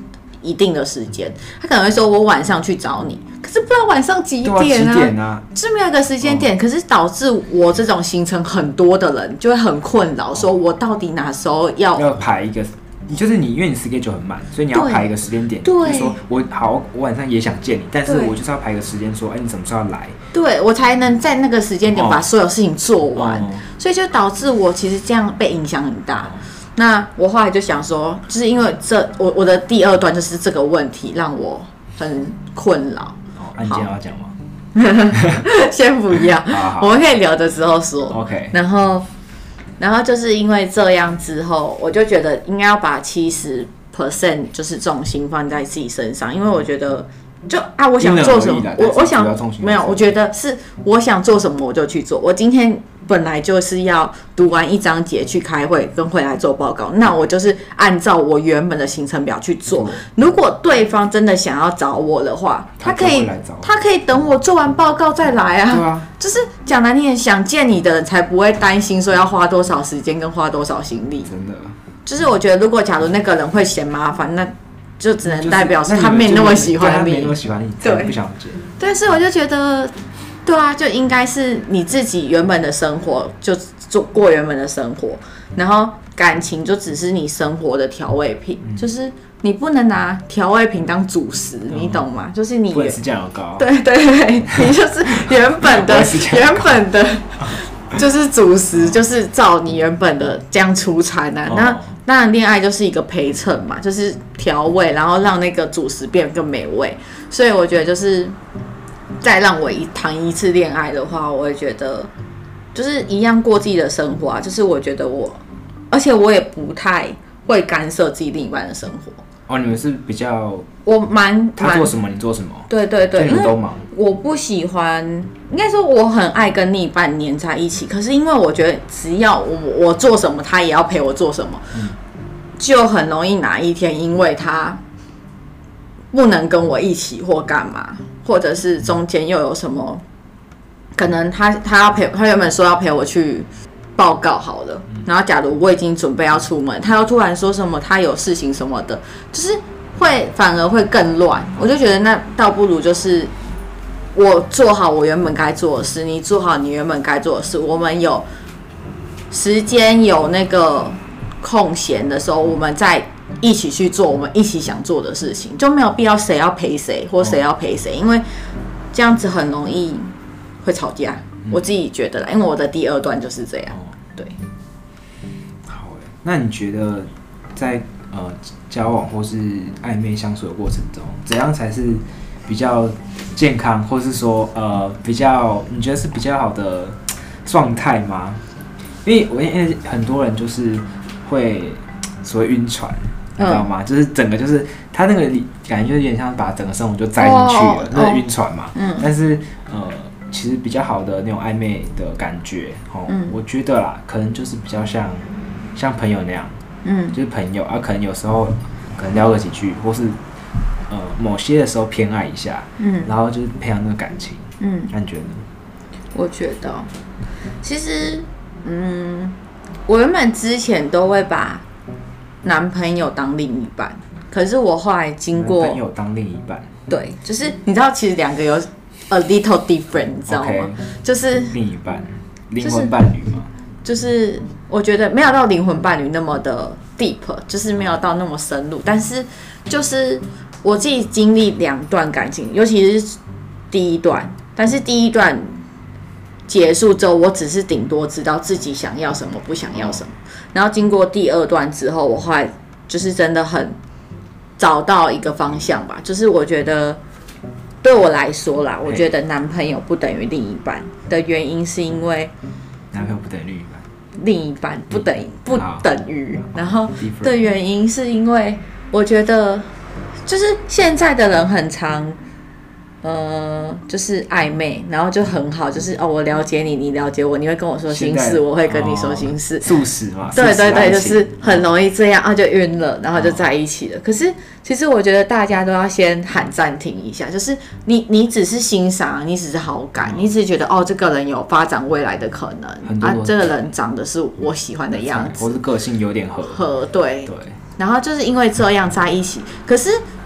一定的时间，他可能会说我晚上去找你，可是不知道晚上几点啊？ 几点啊？ 是没有一个时间点，哦、可是导致我这种行程很多的人就会很困扰，说我到底哪时候要要排一个。就是你，因为你 schedule 很满，所以你要排一个时间点。 对， 就是说我好，我晚上也想见你，但是我就是要排一个时间，说，哎、欸，你什么时候要来？ 对，我才能在那个时间点把所有事情做完。哦、所以就导致我其实这样被影响很大。哦、那我后来就想说，就是因为这我我的第二段就是这个问题让我很困扰。 哦，案件要讲吗？ 先不要，我们可以聊的时候说。 OK， 然后。然后就是因为这样之后，我就觉得应该要把七十 percent 就是重心放在自己身上，因为我觉得就啊，我想做什么，我我想没有，我觉得是我想做什么我就去做。我今天本来就是要读完一章节去开会，跟回来做报告，那我就是按照我原本的行程表去做。如果对方真的想要找我的话，他可以他可以等我做完报告再来啊。 对啊， 就是讲难听点，想见你的人才不会担心说要花多少时间跟花多少心力。 真的， 就是我觉得如果假如那个人会嫌麻烦，那就只能代表是他没那么喜欢你， 没那么喜欢你，对，不想见。 但是我就觉得。对啊，就应该是你自己原本的生活，就做过原本的生活，然后感情就只是你生活的调味品，嗯、就是你不能拿调味品当主食，嗯、你懂吗？就是你不能吃酱油膏， 对对对，你就是原本的原本的，就是主食，就是照你原本的这样出餐啊。哦、那当然，恋爱就是一个陪衬嘛，就是调味，然后让那个主食变得更美味。所以我觉得就是。再让我一谈一次恋爱的话，我会觉得就是一样过自己的生活啊。就是我觉得我，而且我也不太会干涉自己另一半的生活。 哦，你们是比较我蛮他做什么你做什么？ 对对对， 你们都忙。 我不喜欢，应该说我很爱跟另一半黏在一起。可是因为我觉得只要我我做什么，他也要陪我做什么，嗯、就很容易哪一天因为他不能跟我一起或干嘛。或者是中间又有什么，可能他他要陪他原本说要陪我去报告好了，然后假如我已经准备要出门，他又突然说什么他有事情什么的，就是会反而会更乱。我就觉得那倒不如就是我做好我原本该做的事，你做好你原本该做的事，我们有时间有那个空闲的时候，我们再一起去做我们一起想做的事情，就没有必要谁要陪谁或谁要陪谁，因为这样子很容易会吵架。嗯、我自己觉得啦，因为我的第二段就是这样。哦、对。 好诶，那你觉得在呃交往或是暧昧相处的过程中，怎样才是比较健康，或是说呃比较你觉得是比较好的状态吗？因为我因为很多人就是会所谓晕船。你知道吗？嗯、就是整个就是他那个感觉，就有点像把整个生活就栽进去了，哦、那是晕船嘛。嗯、但是呃，其实比较好的那种暧昧的感觉，哦，嗯、我觉得啦，可能就是比较像像朋友那样，嗯，就是朋友啊，可能有时候可能聊个几句，或是呃某些的时候偏爱一下，嗯，然后就是培养那个感情，嗯，那你觉得呢？ 我觉得其实，嗯，我原本之前都会把男朋友当另一半，可是我后来经过男朋友当另一半， 对，就是你知道，其实两个有 a little different， 你知道吗？ Okay, 就是另一半，灵魂伴侣吗？ 就是、就是、我觉得没有到灵魂伴侣那么的 deep， 就是没有到那么深入，但是就是我自己经历两段感情，尤其是第一段，但是第一段结束之后，我只是顶多知道自己想要什么，不想要什么。然后经过第二段之后，我后来就是真的很找到一个方向吧，就是我觉得对我来说啦，我觉得男朋友不等于另一半的原因是因为男朋友不等于另一半， 另一半不等于不等于，然后的原因是因为我觉得就是现在的人很常。呃，就是暧昧，然后就很好，就是哦，我了解你，你了解我，你会跟我说心事，我会跟你说心事， 速食嘛， 对对对，就是很容易这样啊，就晕了，然后就在一起了。哦、可是其实我觉得大家都要先喊暂停一下，就是你你只是欣赏，你只是好感，嗯、你只是觉得哦，这个人有发展未来的可能，啊，这个人长得是我喜欢的样子， 或是个性有点合合，对对， 然后就是因为这样在一起，可是。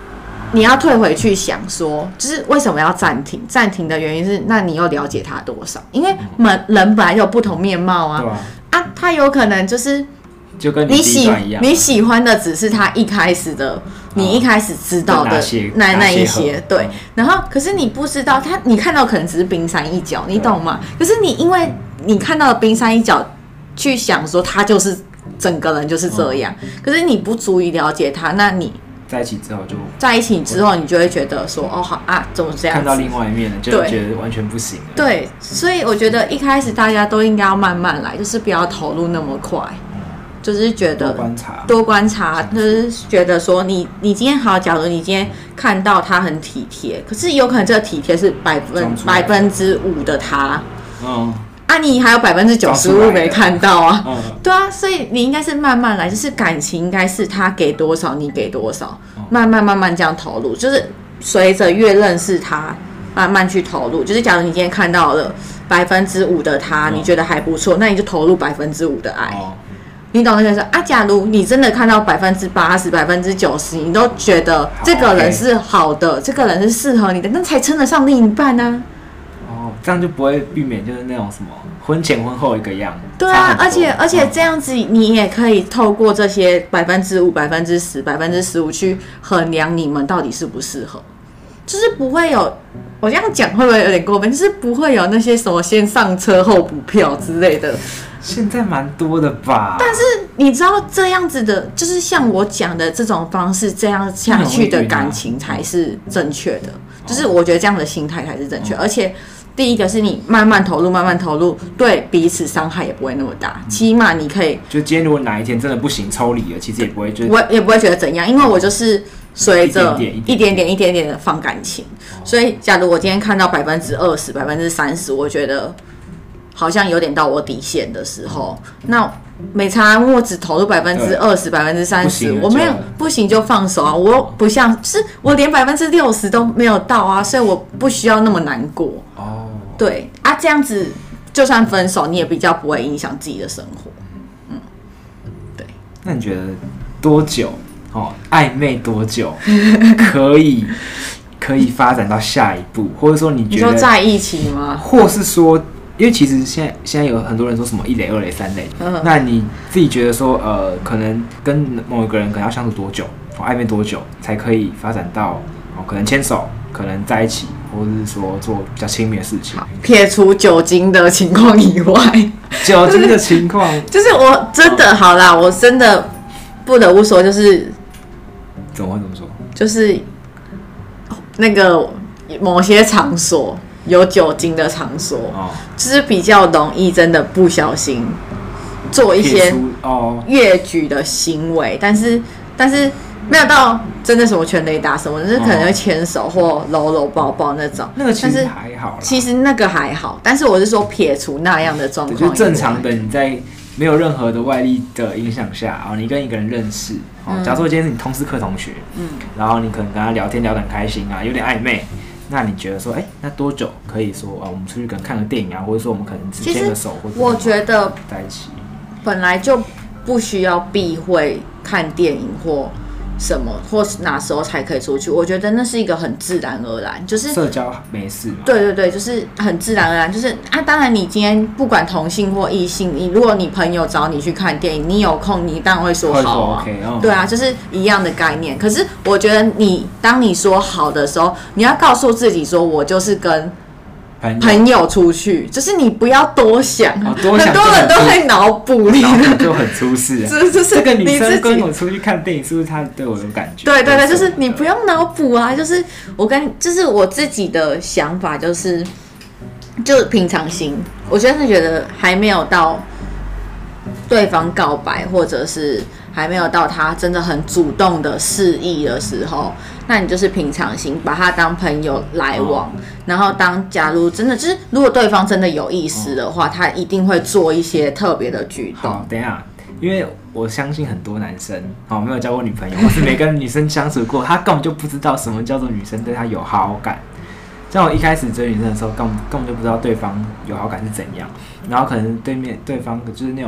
你要退回去想说，就是为什么要暂停？暂停的原因是，那你又了解他多少？因为人人本来就有不同面貌啊，啊，啊，他有可能就是就跟你喜你喜欢的只是他一开始的，你一开始知道的那那一些，对。然后可是你不知道他，你看到可能只是冰山一角，你懂吗？可是你因为你看到的冰山一角，去想说他就是整个人就是这样，可是你不足以了解他，那你。 在一起之后就在一起之后，你就会觉得说，哦，好啊，怎么这样子？ 看到另外一面了，就觉得完全不行了。 对，所以我觉得一开始大家都应该要慢慢来，就是不要投入那么快，嗯、就是觉得多观察， 多观察，就是觉得说你你今天好，假如你今天看到他很体贴，可是有可能这个体贴是百分百分之五的他，嗯。啊，你还有百分之九十五没看到啊？嗯、对啊，所以你应该是慢慢来，就是感情应该是他给多少你给多少，嗯、慢慢慢慢这样投入，就是随着越认识他，慢慢去投入。就是假如你今天看到了百分之五的他，嗯、你觉得还不错，那你就投入百分之五的爱。哦、你懂那个意思啊？假如你真的看到百分之八十、百分之九十，你都觉得这个人是好的，这个人是适合你的，那才称得上另一半呢、啊。 这样就不会避免就是那种什么婚前婚后一个样。 对啊，而且而且这样子你也可以透过这些百分之五、百分之十、百分之十五去衡量你们到底适不适合，就是不会有我这样讲会不会有点过分？就是不会有那些什么先上车后补票之类的。 现在蛮多的吧？ 但是你知道这样子的，就是像我讲的这种方式，这样下去的感情才是正确的。就是我觉得这样的心态才是正确，而且。第一个是你慢慢投入，慢慢投入，对彼此伤害也不会那么大。嗯、起码你可以， 就今天如果哪一天真的不行抽离了，其实也不会就我也不会觉得怎样，因为我就是随着一点点、一点点的放感情。哦、所以，假如我今天看到百分之二十、百分之三十，我觉得好像有点到我底线的时候，那没差，我只投入百分之二十、百分之三十，我没有不行就放手啊！我不像，就是我连百分之六十都没有到啊，所以我不需要那么难过。哦，对啊，这样子就算分手，你也比较不会影响自己的生活。嗯，对。 那你觉得多久？哦，暧昧多久可以可以发展到下一步？或者说你觉得你说在一起吗？ 或是说？因为其实现在现在有很多人说什么一垒、二垒、三垒，嗯、那你自己觉得说，呃，可能跟某一个人可能要相处多久，哦，暧昧多久才可以发展到哦，可能牵手，可能在一起，或者是说做比较亲密的事情。 撇除酒精的情况以外， 酒精的情况， 就是我真的、哦、好啦，我真的不得不说，就是怎么会这么说？ 就是那个某些场所。有酒精的场所，哦、就是比较容易真的不小心做一些越矩的行为，哦、但是但是没有到真的什么全垒打什么，就是可能会牵手或搂搂抱抱那种。 那个其实还好啦， 其实那个还好，但是我是说撇除那样的状况， 就是正常的你在没有任何的外力的影响下，哦，你跟一个人认识，哦，嗯、假如说今天是你通识课同学，嗯，然后你可能跟他聊天聊得很开心啊，有点暧昧。那你觉得说，哎、欸，那多久可以说啊？我们出去可能看个电影啊，或者说我们可能只牵个手，或者我觉得在一起本来就不需要避讳看电影或什么，或是哪时候才可以出去。我觉得那是一个很自然而然，就是社交没事嘛。 对对对，就是很自然而然，就是啊，当然你今天不管同性或异性，你如果你朋友找你去看电影，你有空你当然会说好啊， 会说 OK， 对啊，就是一样的概念。可是我觉得你当你说好的时候，你要告诉自己说，我就是跟朋友出去，就是你不要多想， 哦、多想很多人都会脑补，你就很出事、啊。 这这个女生跟我出去看电影，是不是她对我有感觉？ 对对对，就是你不用脑补啊，就是我跟就是我自己的想法，就是就平常心。我真的觉得还没有到对方告白，或者是还没有到他真的很主动的示意的时候，那你就是平常心，把他当朋友来往，哦、然后当假如真的就是如果对方真的有意思的话，哦、他一定会做一些特别的举动。 好，等一下，因为我相信很多男生哦没有交过女朋友，或是没跟女生相处过，他根本就不知道什么叫做女生对他有好感。像我一开始追女生的时候，根本根本就不知道对方有好感是怎样，然后可能对面对方就是那种。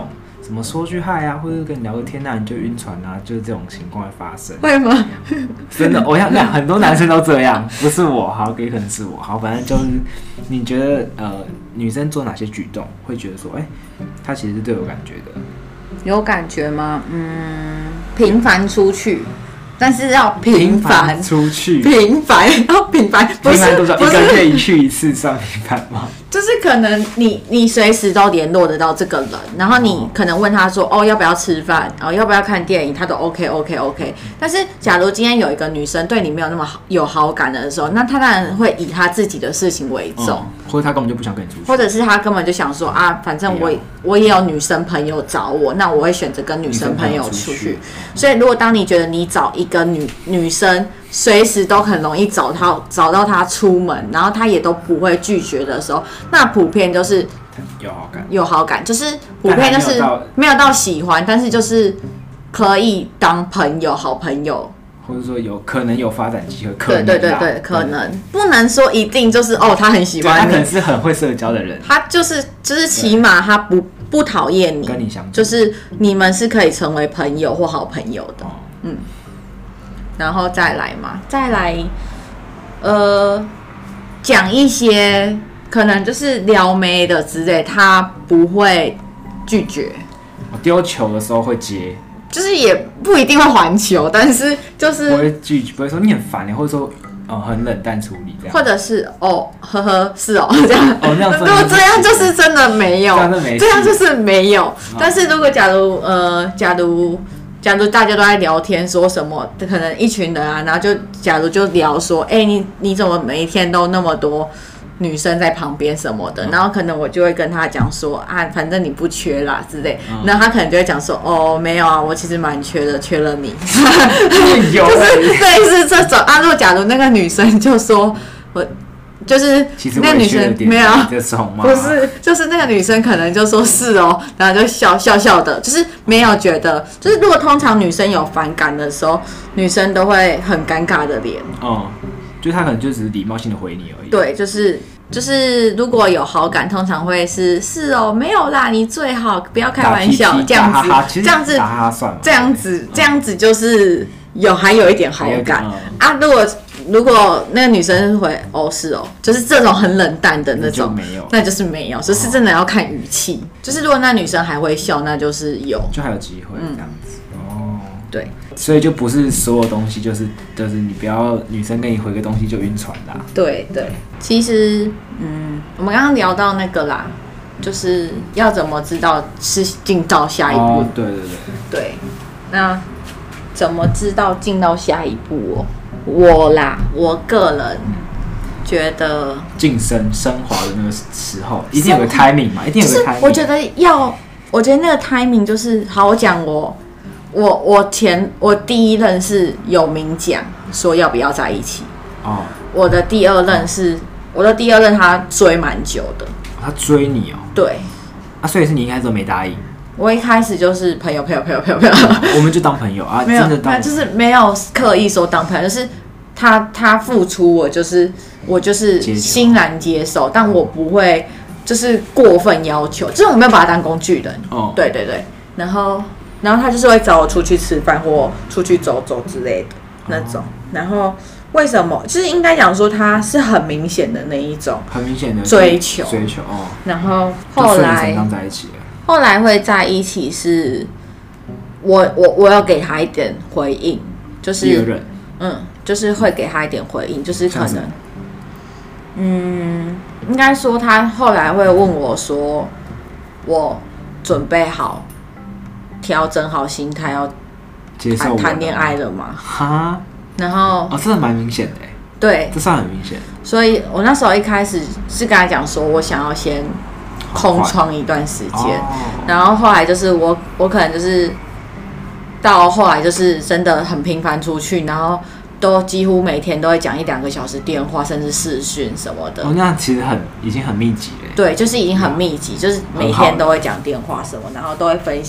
怎么说句嗨啊，或者跟你聊个天啊，你就晕船啊，就是这种情况会发生。 会吗？ 真的，我想讲很多男生都这样，不是我，好，也可能是我，好，反正就是你觉得呃，女生做哪些举动会觉得说，哎、欸，她其实是对我有感觉的？ 有感觉吗？嗯，频繁出去。但是要频繁出去， 频繁要频繁，不是多少一个月一去一次算频繁吗？ 就是可能你你随时都联络得到这个人，然后你可能问他说哦要不要吃饭，哦要不要看电影，他都 OK OK OK。但是假如今天有一个女生对你没有那么好有好感的时候，那他当然会以他自己的事情为重、嗯， 或者他根本就不想跟你出去， 或者是他根本就想说啊，反正我我也有女生朋友找我，那我会选择跟女生朋友出去。出去所以如果当你觉得你找一个女女生随时都很容易找到找到她出门，然后她也都不会拒绝的时候，那普遍就是有好感， 有好感，就是普遍就是没有到喜欢，但是就是可以当朋友、好朋友， 或者说有可能有发展机会，可能对对对对，可能不能说一定就是哦，他很喜欢你， 他可能是很会社交的人， 他就是就是起码他不不讨厌你， 跟你相处， 就是你们是可以成为朋友或好朋友的，哦、嗯。然后再来嘛，再来，呃，讲一些可能就是撩妹的之类，他不会拒绝。 我丢球的时候会接， 就是也不一定会还球，但是就是不会拒绝，不会说你很烦，或者说呃很冷淡处理这样， 或者是哦呵呵是哦这样， 哦那样如果这样就是真的没有，这样就是没有。但是如果假如呃假如。假如大家都在聊天，说什么可能一群人啊，然后就假如就聊说，哎、欸，你你怎么每一天都那么多女生在旁边什么的，嗯、然后可能我就会跟他讲说啊，反正你不缺啦之类，嗯、然后他可能就会讲说，哦，没有啊，我其实蛮缺的，缺了你，就是类似这种啊。如果假如那个女生就说我。就是那个女生没有，不是，就是那个女生可能就说是哦，然后就笑笑笑的，就是没有觉得，就是如果通常女生有反感的时候，女生都会很尴尬的脸， 哦、嗯，就她可能就只是礼貌性的回你而已。 对，就是就是如果有好感，通常会是是哦，没有啦，你最好不要开玩笑，这样子，这样子，这样子，这样子就是有还有一点好感、嗯、啊，如果。如果那个女生回哦是哦，就是这种很冷淡的那种， 那就没有， 那就是没有，就是真的要看语气。就是如果那女生还会笑，那就是有， 就还有机会这样子、嗯、哦。 对， 所以就不是所有东西就是就是你不要女生跟你回个东西就晕船啦。 对对，其实嗯，我们刚刚聊到那个啦，就是要怎么知道是进到下一步？ 哦、对对对对，那怎么知道进到下一步哦？我啦，我个人觉得晋升升华的那个时候，一定有个 timing 嘛，一定有个 timing。 就是我觉得要，我觉得那个 timing 就是好。我讲我，我我前我第一任是有明讲说要不要在一起哦。我的第二任是、哦、我的第二任他追蛮久的， 他追你哦。 对， 啊，所以是你一开始都没答应。 我一开始就是朋友，朋友，朋友，朋友，朋友， 我们就当朋友啊， 没有， 真的当， 就是没有刻意说当朋友，就是他他付出，我就是我就是欣然接受，但我不会就是过分要求，就是我没有把他当工具人。哦，对对对，然后然后他就是会找我出去吃饭或出去走走之类的那种，哦、然后为什么？就是应该讲说他是很明显的那一种， 很明显的追求追求哦， 然后后来在一起了。 后来会在一起是，我我我要给他一点回应，就是嗯，就是会给他一点回应，就是可能，嗯，应该说他后来会问我说，我准备好调整好心态要谈谈恋爱了吗？哈，然后哦，真的蛮明显的， 对， 这算很明显。 所以我那时候一开始是跟他讲说，我想要先空窗一段时间，哦、然后后来就是我我可能就是到后来就是真的很频繁出去，然后都几乎每天都会讲一两个小时电话，甚至视讯什么的。 哦，那其实很已经很密集了。 对，就是已经很密集，就是每天都会讲电话什么，然后都会分享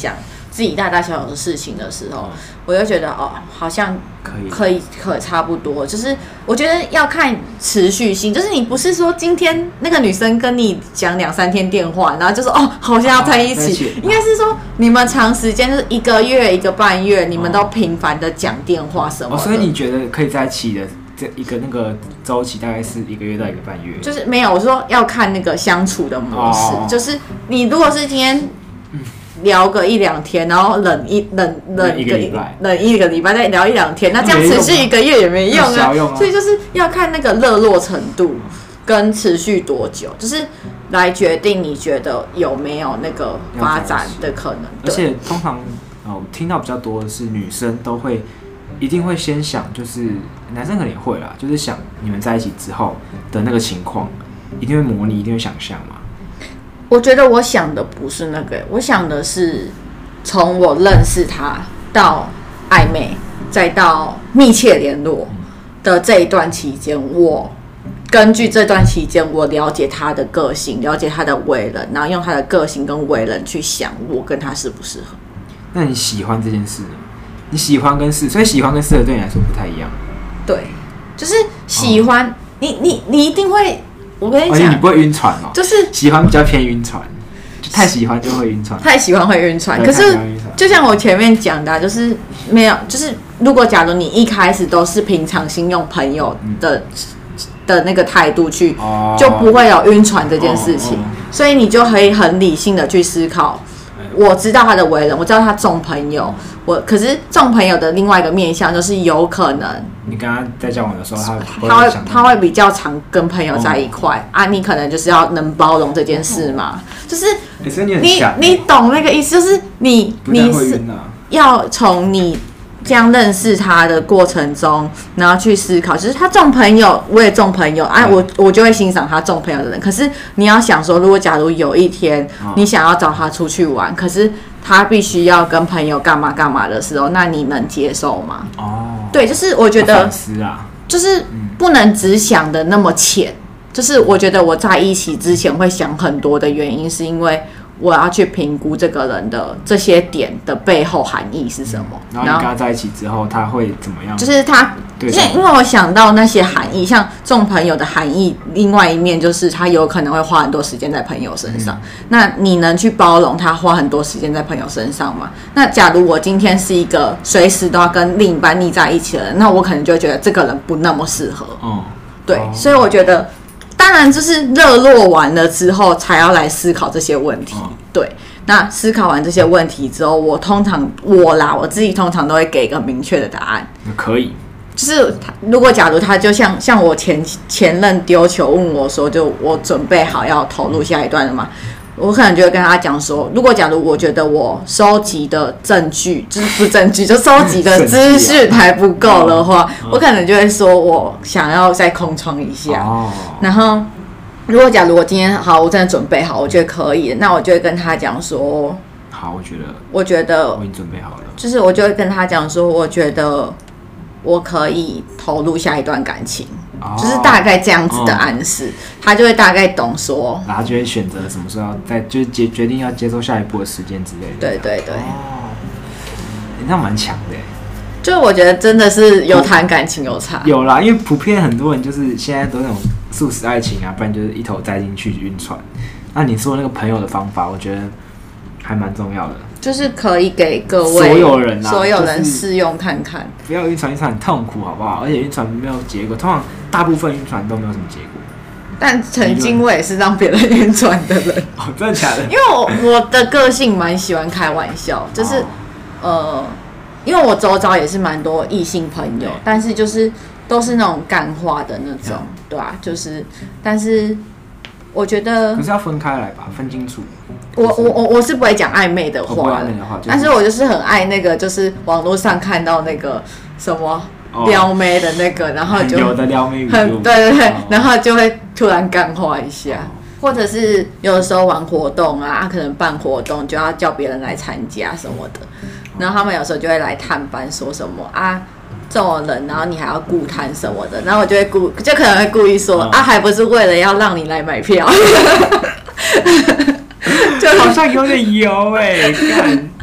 自己大大小小的事情的时候，嗯、我就觉得哦，好像可以可以可差不多。就是我觉得要看持续性，就是你不是说今天那个女生跟你讲两三天电话，然后就说哦，好像要在一起，啊、起应该是说你们长时间就是一个月一个半月，你们都频繁的讲电话什么的、哦。 所以你觉得可以在一起的？这一个那个周期大概是一个月到一个半月， 就是没有我说要看那个相处的模式，哦、就是你如果是今天聊个一两天，然后冷一冷冷一个礼拜， 冷一个礼拜再聊一两天，那这样持续一个月也没用啊。用啊所以就是要看那个热络程度跟持续多久，就是来决定你觉得有没有那个发展的可能。 而且通常哦，听到比较多的是女生都会。一定会先想，就是男生可能也会啦，就是想你们在一起之后的那个情况，一定会模拟，一定会想象嘛。 我觉得我想的不是那个，我想的是从我认识他到暧昧，再到密切联络的这一段期间，我根据这段期间，我了解他的个性，了解他的为人，然后用他的个性跟为人去想我跟他适不适合。 那你喜欢这件事呢？你喜欢跟适，所以喜欢跟适合对你来说不太一样。 对，就是喜欢、哦、你，你你一定会，我跟你讲、 哦，你不会晕船哦。 就是喜欢比较偏晕船，就太喜欢就会晕船。 太喜欢会晕船，可是就像我前面讲的、啊，就是没有，就是如果假如你一开始都是平常心用朋友的、嗯、的那个态度去，哦、就不会有晕船这件事情，哦哦、所以你就可以很理性的去思考。我知道他的为人，我知道他重朋友，我可是重朋友的另外一个面向就是有可能， 你跟他在交往的时候，他他会他会比较常跟朋友在一块、哦、啊，你可能就是要能包容这件事嘛，哦、就是你 你, 你懂那个意思，就是你你是要从你这样认识他的过程中，然后去思考，就是他重朋友，我也重朋友啊，我我就会欣赏他重朋友的人。可是你要想说，如果假如有一天你想要找他出去玩，可是他必须要跟朋友干嘛干嘛的时候，那你能接受吗？哦，对，就是我觉得，就是不能只想的那么浅。就是我觉得我在一起之前会想很多的原因，是因为我要去评估这个人的这些点的背后含义是什么。 嗯、然后你跟他在一起之后，他会怎么样？ 就是他，因为因为我想到那些含义，像重朋友的含义，另外一面就是他有可能会花很多时间在朋友身上。嗯、那你能去包容他花很多时间在朋友身上吗？那假如我今天是一个随时都要跟另一半腻在一起的人，那我可能就会觉得这个人不那么适合。嗯，对，哦、所以我觉得。当然，就是热络完了之后，才要来思考这些问题。嗯、对，那思考完这些问题之后，我通常我啦，我自己通常都会给一个明确的答案。 可以， 就是如果假如他就像像我前前任丢球问我说，就我准备好要投入下一段了吗？我可能就会跟他讲说，如果假如我觉得我收集的证据，就是不是证据，就收集的资讯还不够的话，啊、我可能就会说我想要再空窗一下。哦、然后，如果假如我今天好，我真的准备好，我觉得可以，那我就会跟他讲说， 好，我觉得， 我觉得我已经准备好了， 就是我就会跟他讲说，我觉得我可以投入下一段感情。哦、就是大概这样子的暗示，哦、他就会大概懂说， 然后就会选择什么时候要在，就是决决定要接受下一步的时间之类的。 对对对， 哦，欸、那蛮强的。 就我觉得真的是有谈感情有差， 有啦，因为普遍很多人就是现在都那种速食爱情啊，不然就是一头栽进去晕船。那你说那个朋友的方法，我觉得还蛮重要的。就是可以给各位所有人、啊、 所有人试用看看， 就是、不要晕船，晕船很痛苦，好不好？而且晕船没有结果，通常大部分晕船都没有什么结果。 但曾经我也是让别人晕船的人， 哦，真的假的？ 因为我我的个性蛮喜欢开玩笑，就是、哦、呃，因为我周遭也是蛮多异性朋友，但是就是都是那种干话的那种，对啊，就是，但是我觉得可是要分开来吧，分清楚。 我我我我是不会讲暧昧的话的，但是我就是很爱那个，就是网络上看到那个什么撩妹的那个，然后就有的撩妹语录，对对对，然后就会突然干话一下，或者是有的时候玩活动啊，可能办活动就要叫别人来参加什么的，然后他们有时候就会来探班，说什么啊这种人，然后你还要顾摊什么的，然后我就会故就可能会故意说啊，还不是为了要让你来买票。 就好像有点油哎、欸，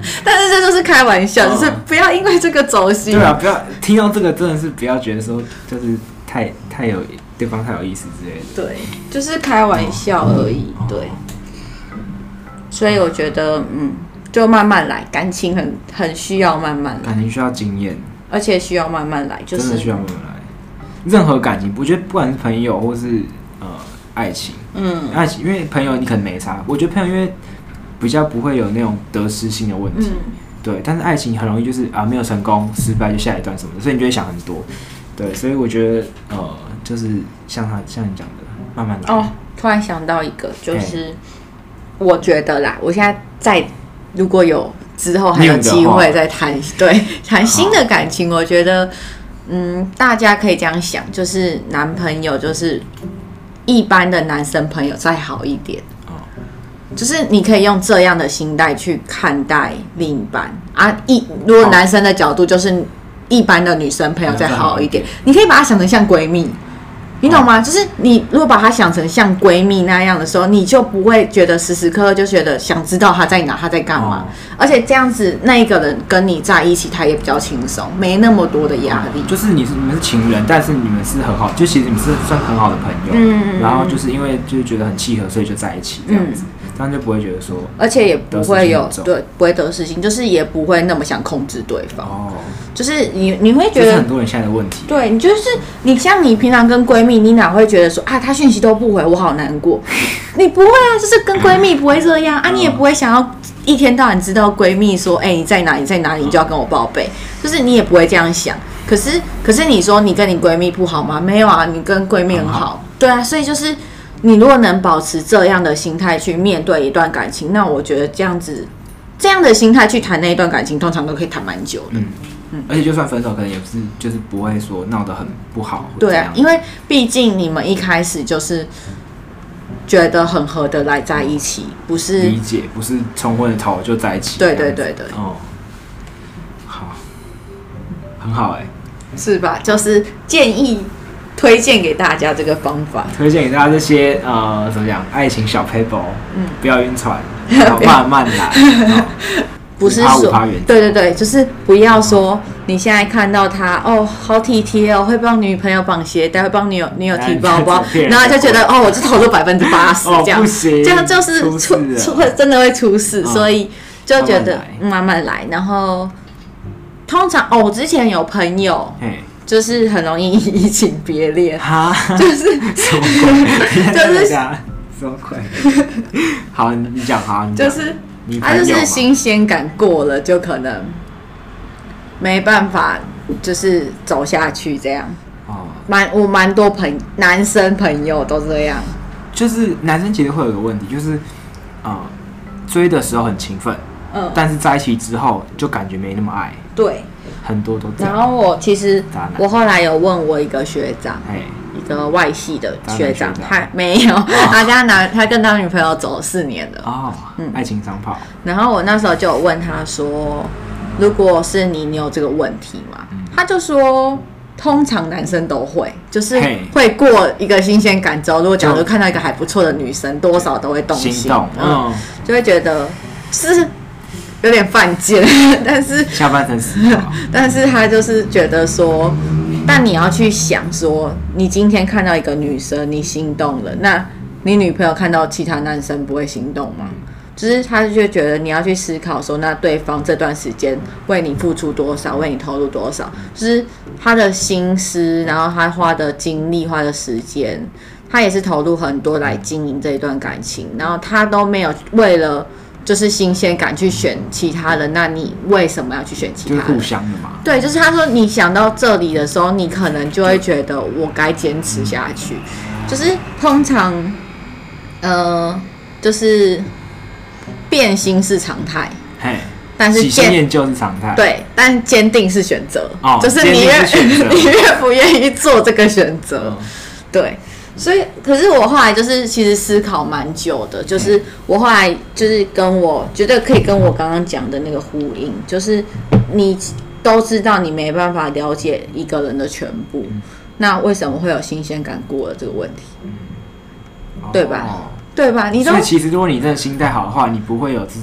但是这就是开玩笑，就是不要因为这个走心。 对啊，不要听到这个真的是不要觉得说就是太太有对方太有意思之类的。 对，就是开玩笑而已。哦、对，所以我觉得，嗯，就慢慢来，感情很很需要慢慢来， 感情需要经验， 而且需要慢慢来，就是真的需要慢慢来。任何感情，我觉得不管是朋友或是呃爱情，嗯，爱情，因为朋友你可能没差，我觉得朋友因为比较不会有那种得失心的问题，嗯、对，但是爱情很容易就是啊没有成功，失败就下一段什么的，所以你就会想很多，对，所以我觉得呃就是像他像你讲的，慢慢来。 哦，突然想到一个，就是我觉得啦，我现在在如果有之后还有机会再谈，对，谈新的感情，我觉得。嗯，大家可以这样想，就是男朋友就是一般的男生朋友再好一点，哦、就是你可以用这样的心态去看待另一半啊。一如果男生的角度就是一般的女生朋友再好一点，你可以把它想成像闺蜜。你懂吗？就是你如果把她想成像闺蜜那样的时候，你就不会觉得时时刻刻就觉得想知道她在哪，她在干嘛。哦、而且这样子，那一个人跟你在一起，他也比较轻松，没那么多的压力。 就是你是你们是情人，但是你们是很好，就其实你们是算很好的朋友。嗯，然后就是因为就是觉得很契合，所以就在一起这样子。嗯，这样就不会觉得说， 而且也不会有对，不会得失心，就是也不会那么想控制对方。哦，就是你你会觉得，这是很多人现在的问题。 对，你就是你像你平常跟闺蜜，你哪会觉得说啊，她讯息都不回，我好难过。你不会啊，就是跟闺蜜不会这样啊，你也不会想要一天到晚知道闺蜜说，哎、欸，你在哪里，在哪里，你就要跟我报备，就是你也不会这样想。可是可是你说你跟你闺蜜不好吗？没有啊，你跟闺蜜很好。好对啊，所以就是。你如果能保持这样的心态去面对一段感情，那我觉得这样子，这样的心态去谈那一段感情，通常都可以谈蛮久的。嗯嗯，而且就算分手，可能也是就是不会说闹得很不好。 对啊，因为毕竟你们一开始就是觉得很合得来在一起，不是理解，不是冲昏了头就在一起。 对对对对。哦， 好，很好哎、欸， 是吧？就是建议。推荐给大家这个方法， 推荐给大家这些呃，怎么讲，爱情小 paper， 嗯，不要晕船，然后慢慢来， 不是说，对对对，就是不要说你现在看到他哦，好体贴哦，会帮女朋友绑鞋带，会帮女友女友提包包，然后就觉得哦，我就投入百分之八十这样，这样就是出出会真的会出事，所以就觉得慢慢来，然后通常哦，我之前有朋友。就是很容易移情别恋，就是什么鬼？就是什么鬼？好，你讲好， 就是他就是新鲜感过了，就可能没办法，就是走下去这样。哦，蛮我蛮多朋男生朋友都这样。 就是男生其实会有个问题，就是啊、呃，追的时候很勤奋，嗯，但是在一起之后就感觉没那么爱。 对。 很多都这样。 然后我其实我后来有问我一个学长，一个外系的学长，他没有，他跟他男，他跟他女朋友走了四年了。 哦，嗯，爱情长跑。 然后我那时候就有问他说，如果是你，你有这个问题吗？嗯、他就说，通常男生都会，就是会过一个新鲜感之后，如果假如看到一个还不错的女生，多少都会动心，心动，嗯，就会觉得是。有点犯贱，但是下半身思考， 但是他就是觉得说，但你要去想说，你今天看到一个女生，你心动了，那你女朋友看到其他男生不会心动吗？就是他就觉得你要去思考说，那对方这段时间为你付出多少，为你投入多少，就是他的心思，然后他花的精力、花的时间，他也是投入很多来经营这一段感情，然后他都没有为了。就是新鲜感去选其他人，那你为什么要去选其他人？ 就是互相的嘛。 对，就是他说你想到这里的时候，你可能就会觉得我该坚持下去。就是通常，呃，就是变心是常态，嘿，但是喜新厌旧是常态。 对，但坚定是选择，哦，就是你愿你愿不愿意做这个选择，嗯、对。所以，可是我后来就是其实思考蛮久的，就是我后来就是跟我觉得可以跟我刚刚讲的那个呼应，就是你都知道你没办法了解一个人的全部，那为什么会有新鲜感过了这个问题？对吧？哦、对吧？你都所以其实如果你真的心态好的话，你不会有这种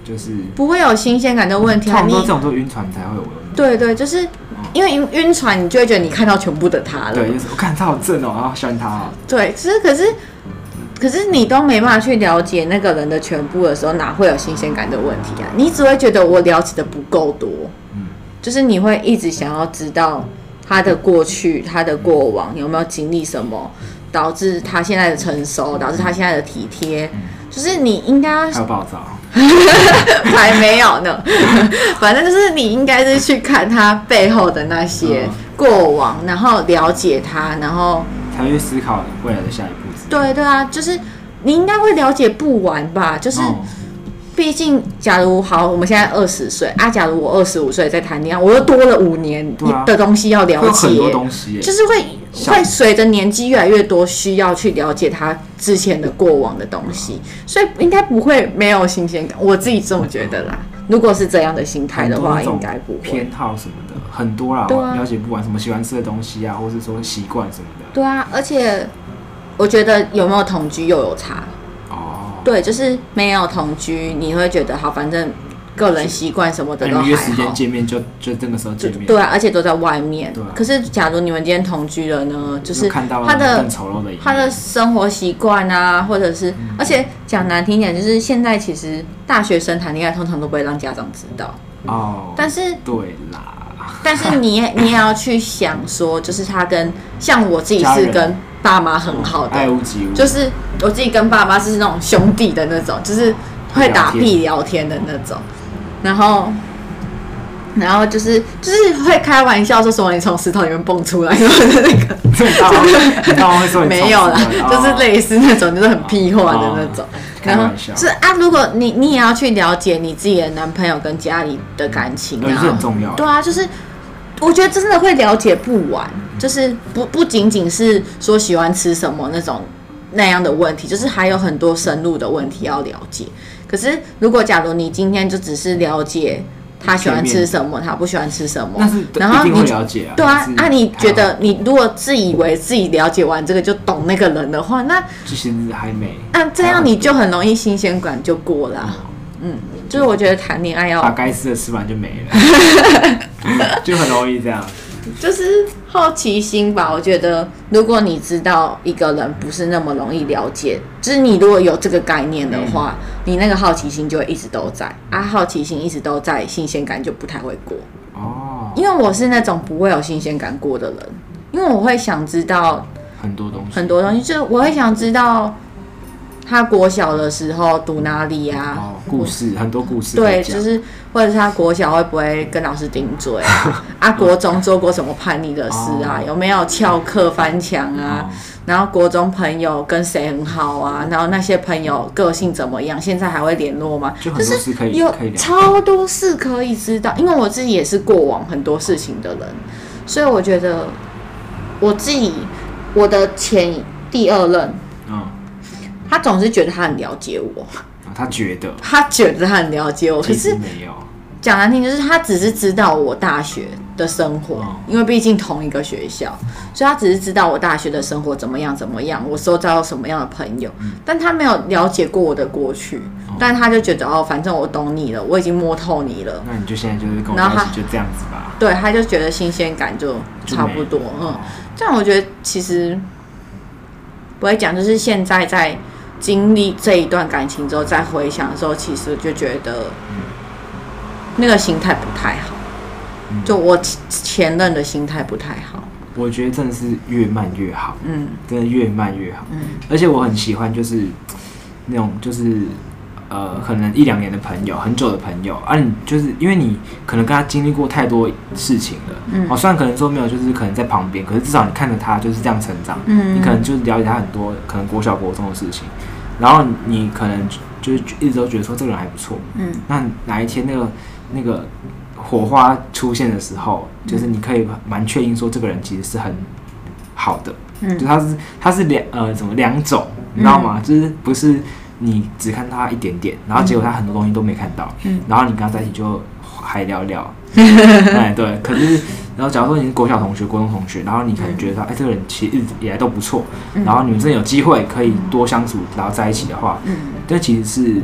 就是不会有新鲜感的问题啊。 差不多这种都晕船才会有问题。 对对，就是因为晕晕船，你就会觉得你看到全部的他了。 对，就是我看他好正哦，然后喜欢他、哦。 对，其实可是可是你都没办法去了解那个人的全部的时候，哪会有新鲜感的问题啊？你只会觉得我了解的不够多，嗯，就是你会一直想要知道他的过去、他的过往有没有经历什么，导致他现在的成熟，导致他现在的体贴，嗯、就是你应该要还有暴躁。 还没有呢，反正就是你应该是去看他背后的那些过往，然后了解他，然后才会思考未来的下一步。 对对啊，就是你应该会了解不完吧？就是，毕竟假如好，我们现在二十岁啊，假如我二十五岁在谈恋爱，我又多了五年的东西要了解， 很多东西， 就是会会随着年纪越来越多，需要去了解他之前的过往的东西，所以应该不会没有新鲜感，我自己这么觉得啦。如果是这样的心态的话，应该不会偏好什么的很多啦，啊、了解不完什么喜欢吃的东西啊，或是说习惯什么的。 对啊，而且我觉得有没有同居又有差。 哦， 对，就是没有同居，你会觉得好，反正个人习惯什么的都还好。 约时间见面就就这个时候见面。 对啊，而且都在外面。 对啊。 可是假如你们今天同居了呢，就是他的更丑陋的他的生活习惯啊，或者是，嗯、而且讲难听点，就是现在其实大学生谈恋爱通常都不会让家长知道。 哦。 但是。 对啦。 但是你也你也要去想说，就是他跟像我自己是跟爸妈很好的， 爱屋及乌， 就是我自己跟爸妈是那种兄弟的那种，就是会打屁聊天的那种，然后然后就是就是会开玩笑说什么你从石头里面蹦出来什么的那个， 你爸妈会说你没有啦，就是类似那种就是很屁话的那种。然后是啊，如果你你也要去了解你自己的男朋友跟家里的感情啊， 这很重要。 对啊，就是我觉得真的会了解不完，就是不不仅仅是说喜欢吃什么那种那样的问题，就是还有很多深入的问题要了解。可是如果假如你今天就只是了解他喜欢吃什么，他不喜欢吃什么， 然后你一定会了解啊。 对啊，啊，你觉得你如果自以为自己了解完这个就懂那个人的话，那其实还没。 那这样你就很容易新鲜感就过了、啊。嗯，就是我觉得谈恋爱要把该吃的吃完就没了，就很容易这样。 就是好奇心吧，我觉得如果你知道一个人不是那么容易了解，就是你如果有这个概念的话，嗯、你那个好奇心就会一直都在啊，好奇心一直都在，新鲜感就不太会过。哦，因为我是那种不会有新鲜感过的人，因为我会想知道很多东西， 很多东西，就是我会想知道他国小的时候读哪里啊？ 哦，故事很多故事。 对，就是或者是他国小会不会跟老师顶嘴啊？啊，国中做过什么叛逆的事啊？哦、有没有翘课翻墙啊？哦、然后国中朋友跟谁很好啊？然后那些朋友个性怎么样？现在还会联络吗？ 就很多事可以， 有超多事可以知道，因为我自己也是过往很多事情的人，所以我觉得我自己我的前第二任。嗯，他总是觉得他很了解我， 哦、他觉得他觉得他很了解我，可是没有讲难听就是他只是知道我大学的生活，哦、因为毕竟同一个学校，所以他只是知道我大学的生活怎么样怎么样，我周遭有什么样的朋友，嗯、但他没有了解过我的过去，哦、但他就觉得哦，反正我懂你了，我已经摸透你了， 那你就现在就是跟我在一起就这样子吧， 对，他就觉得新鲜感就差不多，嗯，这样我觉得其实不会讲，就是现在在经历这一段感情之后，再回想的时候，其实就觉得那个心态不太好。嗯、就我前任的心态不太好。 我觉得真的是越慢越好，嗯，真的越慢越好。嗯，而且我很喜欢就是那种就是呃，可能一两年的朋友，很久的朋友啊，你就是因为你可能跟他经历过太多事情了，嗯，哦，虽然可能说没有，就是可能在旁边，可是至少你看着他就是这样成长，嗯，你可能就是了解他很多可能国小国中的事情，然后你可能就是一直都觉得说这个人还不错，嗯，那哪一天那个那个火花出现的时候，就是你可以蛮确定说这个人其实是很好的，嗯，就他是他是两呃怎么两种，你知道吗？嗯、就是不是。你只看他一点点，然后结果他很多东西都没看到，嗯、然后你跟他在一起就还聊聊，哎对，可是然后假如说你是国小同学、国中同学，然后你可能觉得他哎、欸、这个人其实一直以来都不错，嗯、然后你们真的有机会可以多相处，然后在一起的话，嗯，这其实是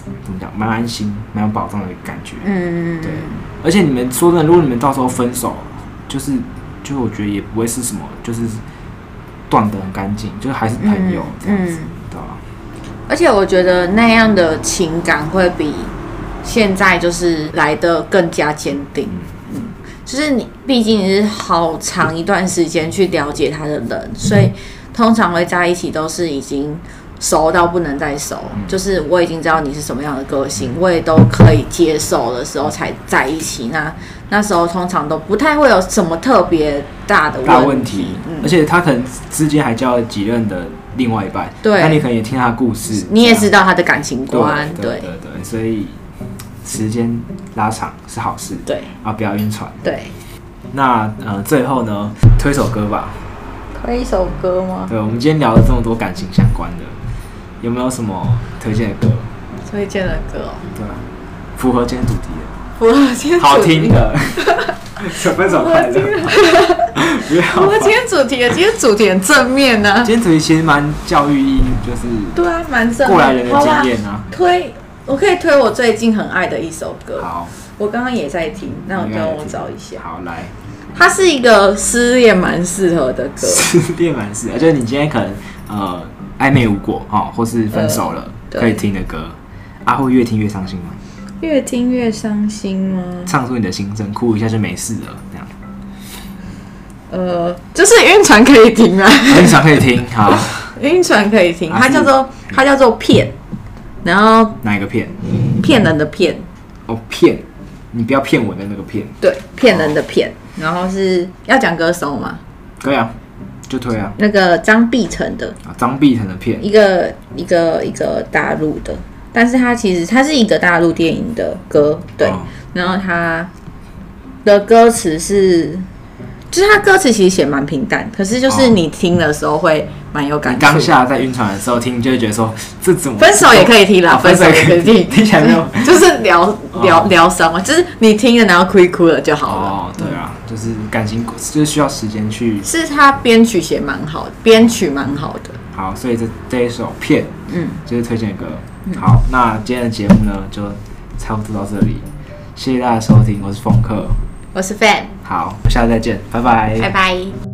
怎么讲，蛮安心、蛮有保障的感觉。 嗯， 对。而且你们说真的，如果你们到时候分手，就是就我觉得也不会是什么，就是断得很干净，就是还是朋友这样子，嗯、对吧？ 而且我觉得那样的情感会比现在就是来得更加坚定。嗯，就是你毕竟你是好长一段时间去了解他的人，所以通常会在一起都是已经熟到不能再熟，嗯、就是我已经知道你是什么样的个性，我也都可以接受的时候才在一起。那那时候通常都不太会有什么特别大的问题， 大问题，嗯、而且他可能之间还交了几任的另外一半， 对， 那你可能也听他的故事， 你也知道他的感情观， 对对 对, 对, 对，所以时间拉长是好事， 对啊，不要晕船， 对。 那呃，最后呢，推首歌吧。 推一首歌吗？ 对，我们今天聊了这么多感情相关的，有没有什么推荐的歌？ 推荐的歌哦， 对，符合今天主题的， 符合今天主题好听的，分手快乐。不要， 符合今天主题的，今天主题很正面呢、啊。 今天主题其实蛮教育意义，就是对啊，蛮正面过来人的经验啊。 推，我可以推我最近很爱的一首歌。 好， 我刚刚也在听，那我让我找一下。 好，来。 它是一个失恋蛮适合的歌， 失恋蛮适合，就是你今天可能呃暧昧无果哈、哦，或是分手了、呃、可以听的歌。啊，会越听越伤心吗？ 越听越伤心吗？ 唱出你的心声，哭一下就没事了，这样。 呃，就是晕船可以听啊， 晕船可以听，好。 晕船可以听，它叫做它叫做骗，然后哪一个骗？ 骗人的骗。 哦，骗，你不要骗我的那个骗。 对，骗人的骗。哦，然后是要讲歌手吗？ 可以啊，就推啊。 那个张碧晨的啊，张碧晨的片， 一个一个一个大陆的，但是它其实它是一个大陆电影的歌，对。哦、然后它的歌词是，就是它歌词其实写蛮平淡，可是就是你听的时候会蛮有感触。 当下在晕船的时候听，就会觉得说这怎么分手也可以听啦，哦、分手也可以听， 听起来没有， 就是疗疗疗伤嘛，就是你听了然后哭一哭了就好了。 哦，对啊。就是感情，就是需要时间去。 是他编曲写蛮好的，编曲蛮好的。 好，所以这这一首片，嗯，就是推荐的歌。 嗯、 好，那今天的节目呢，就差不多到这里。谢谢大家收听，我是风客， 我是 Fan。 好，下次再见，拜拜， 拜拜。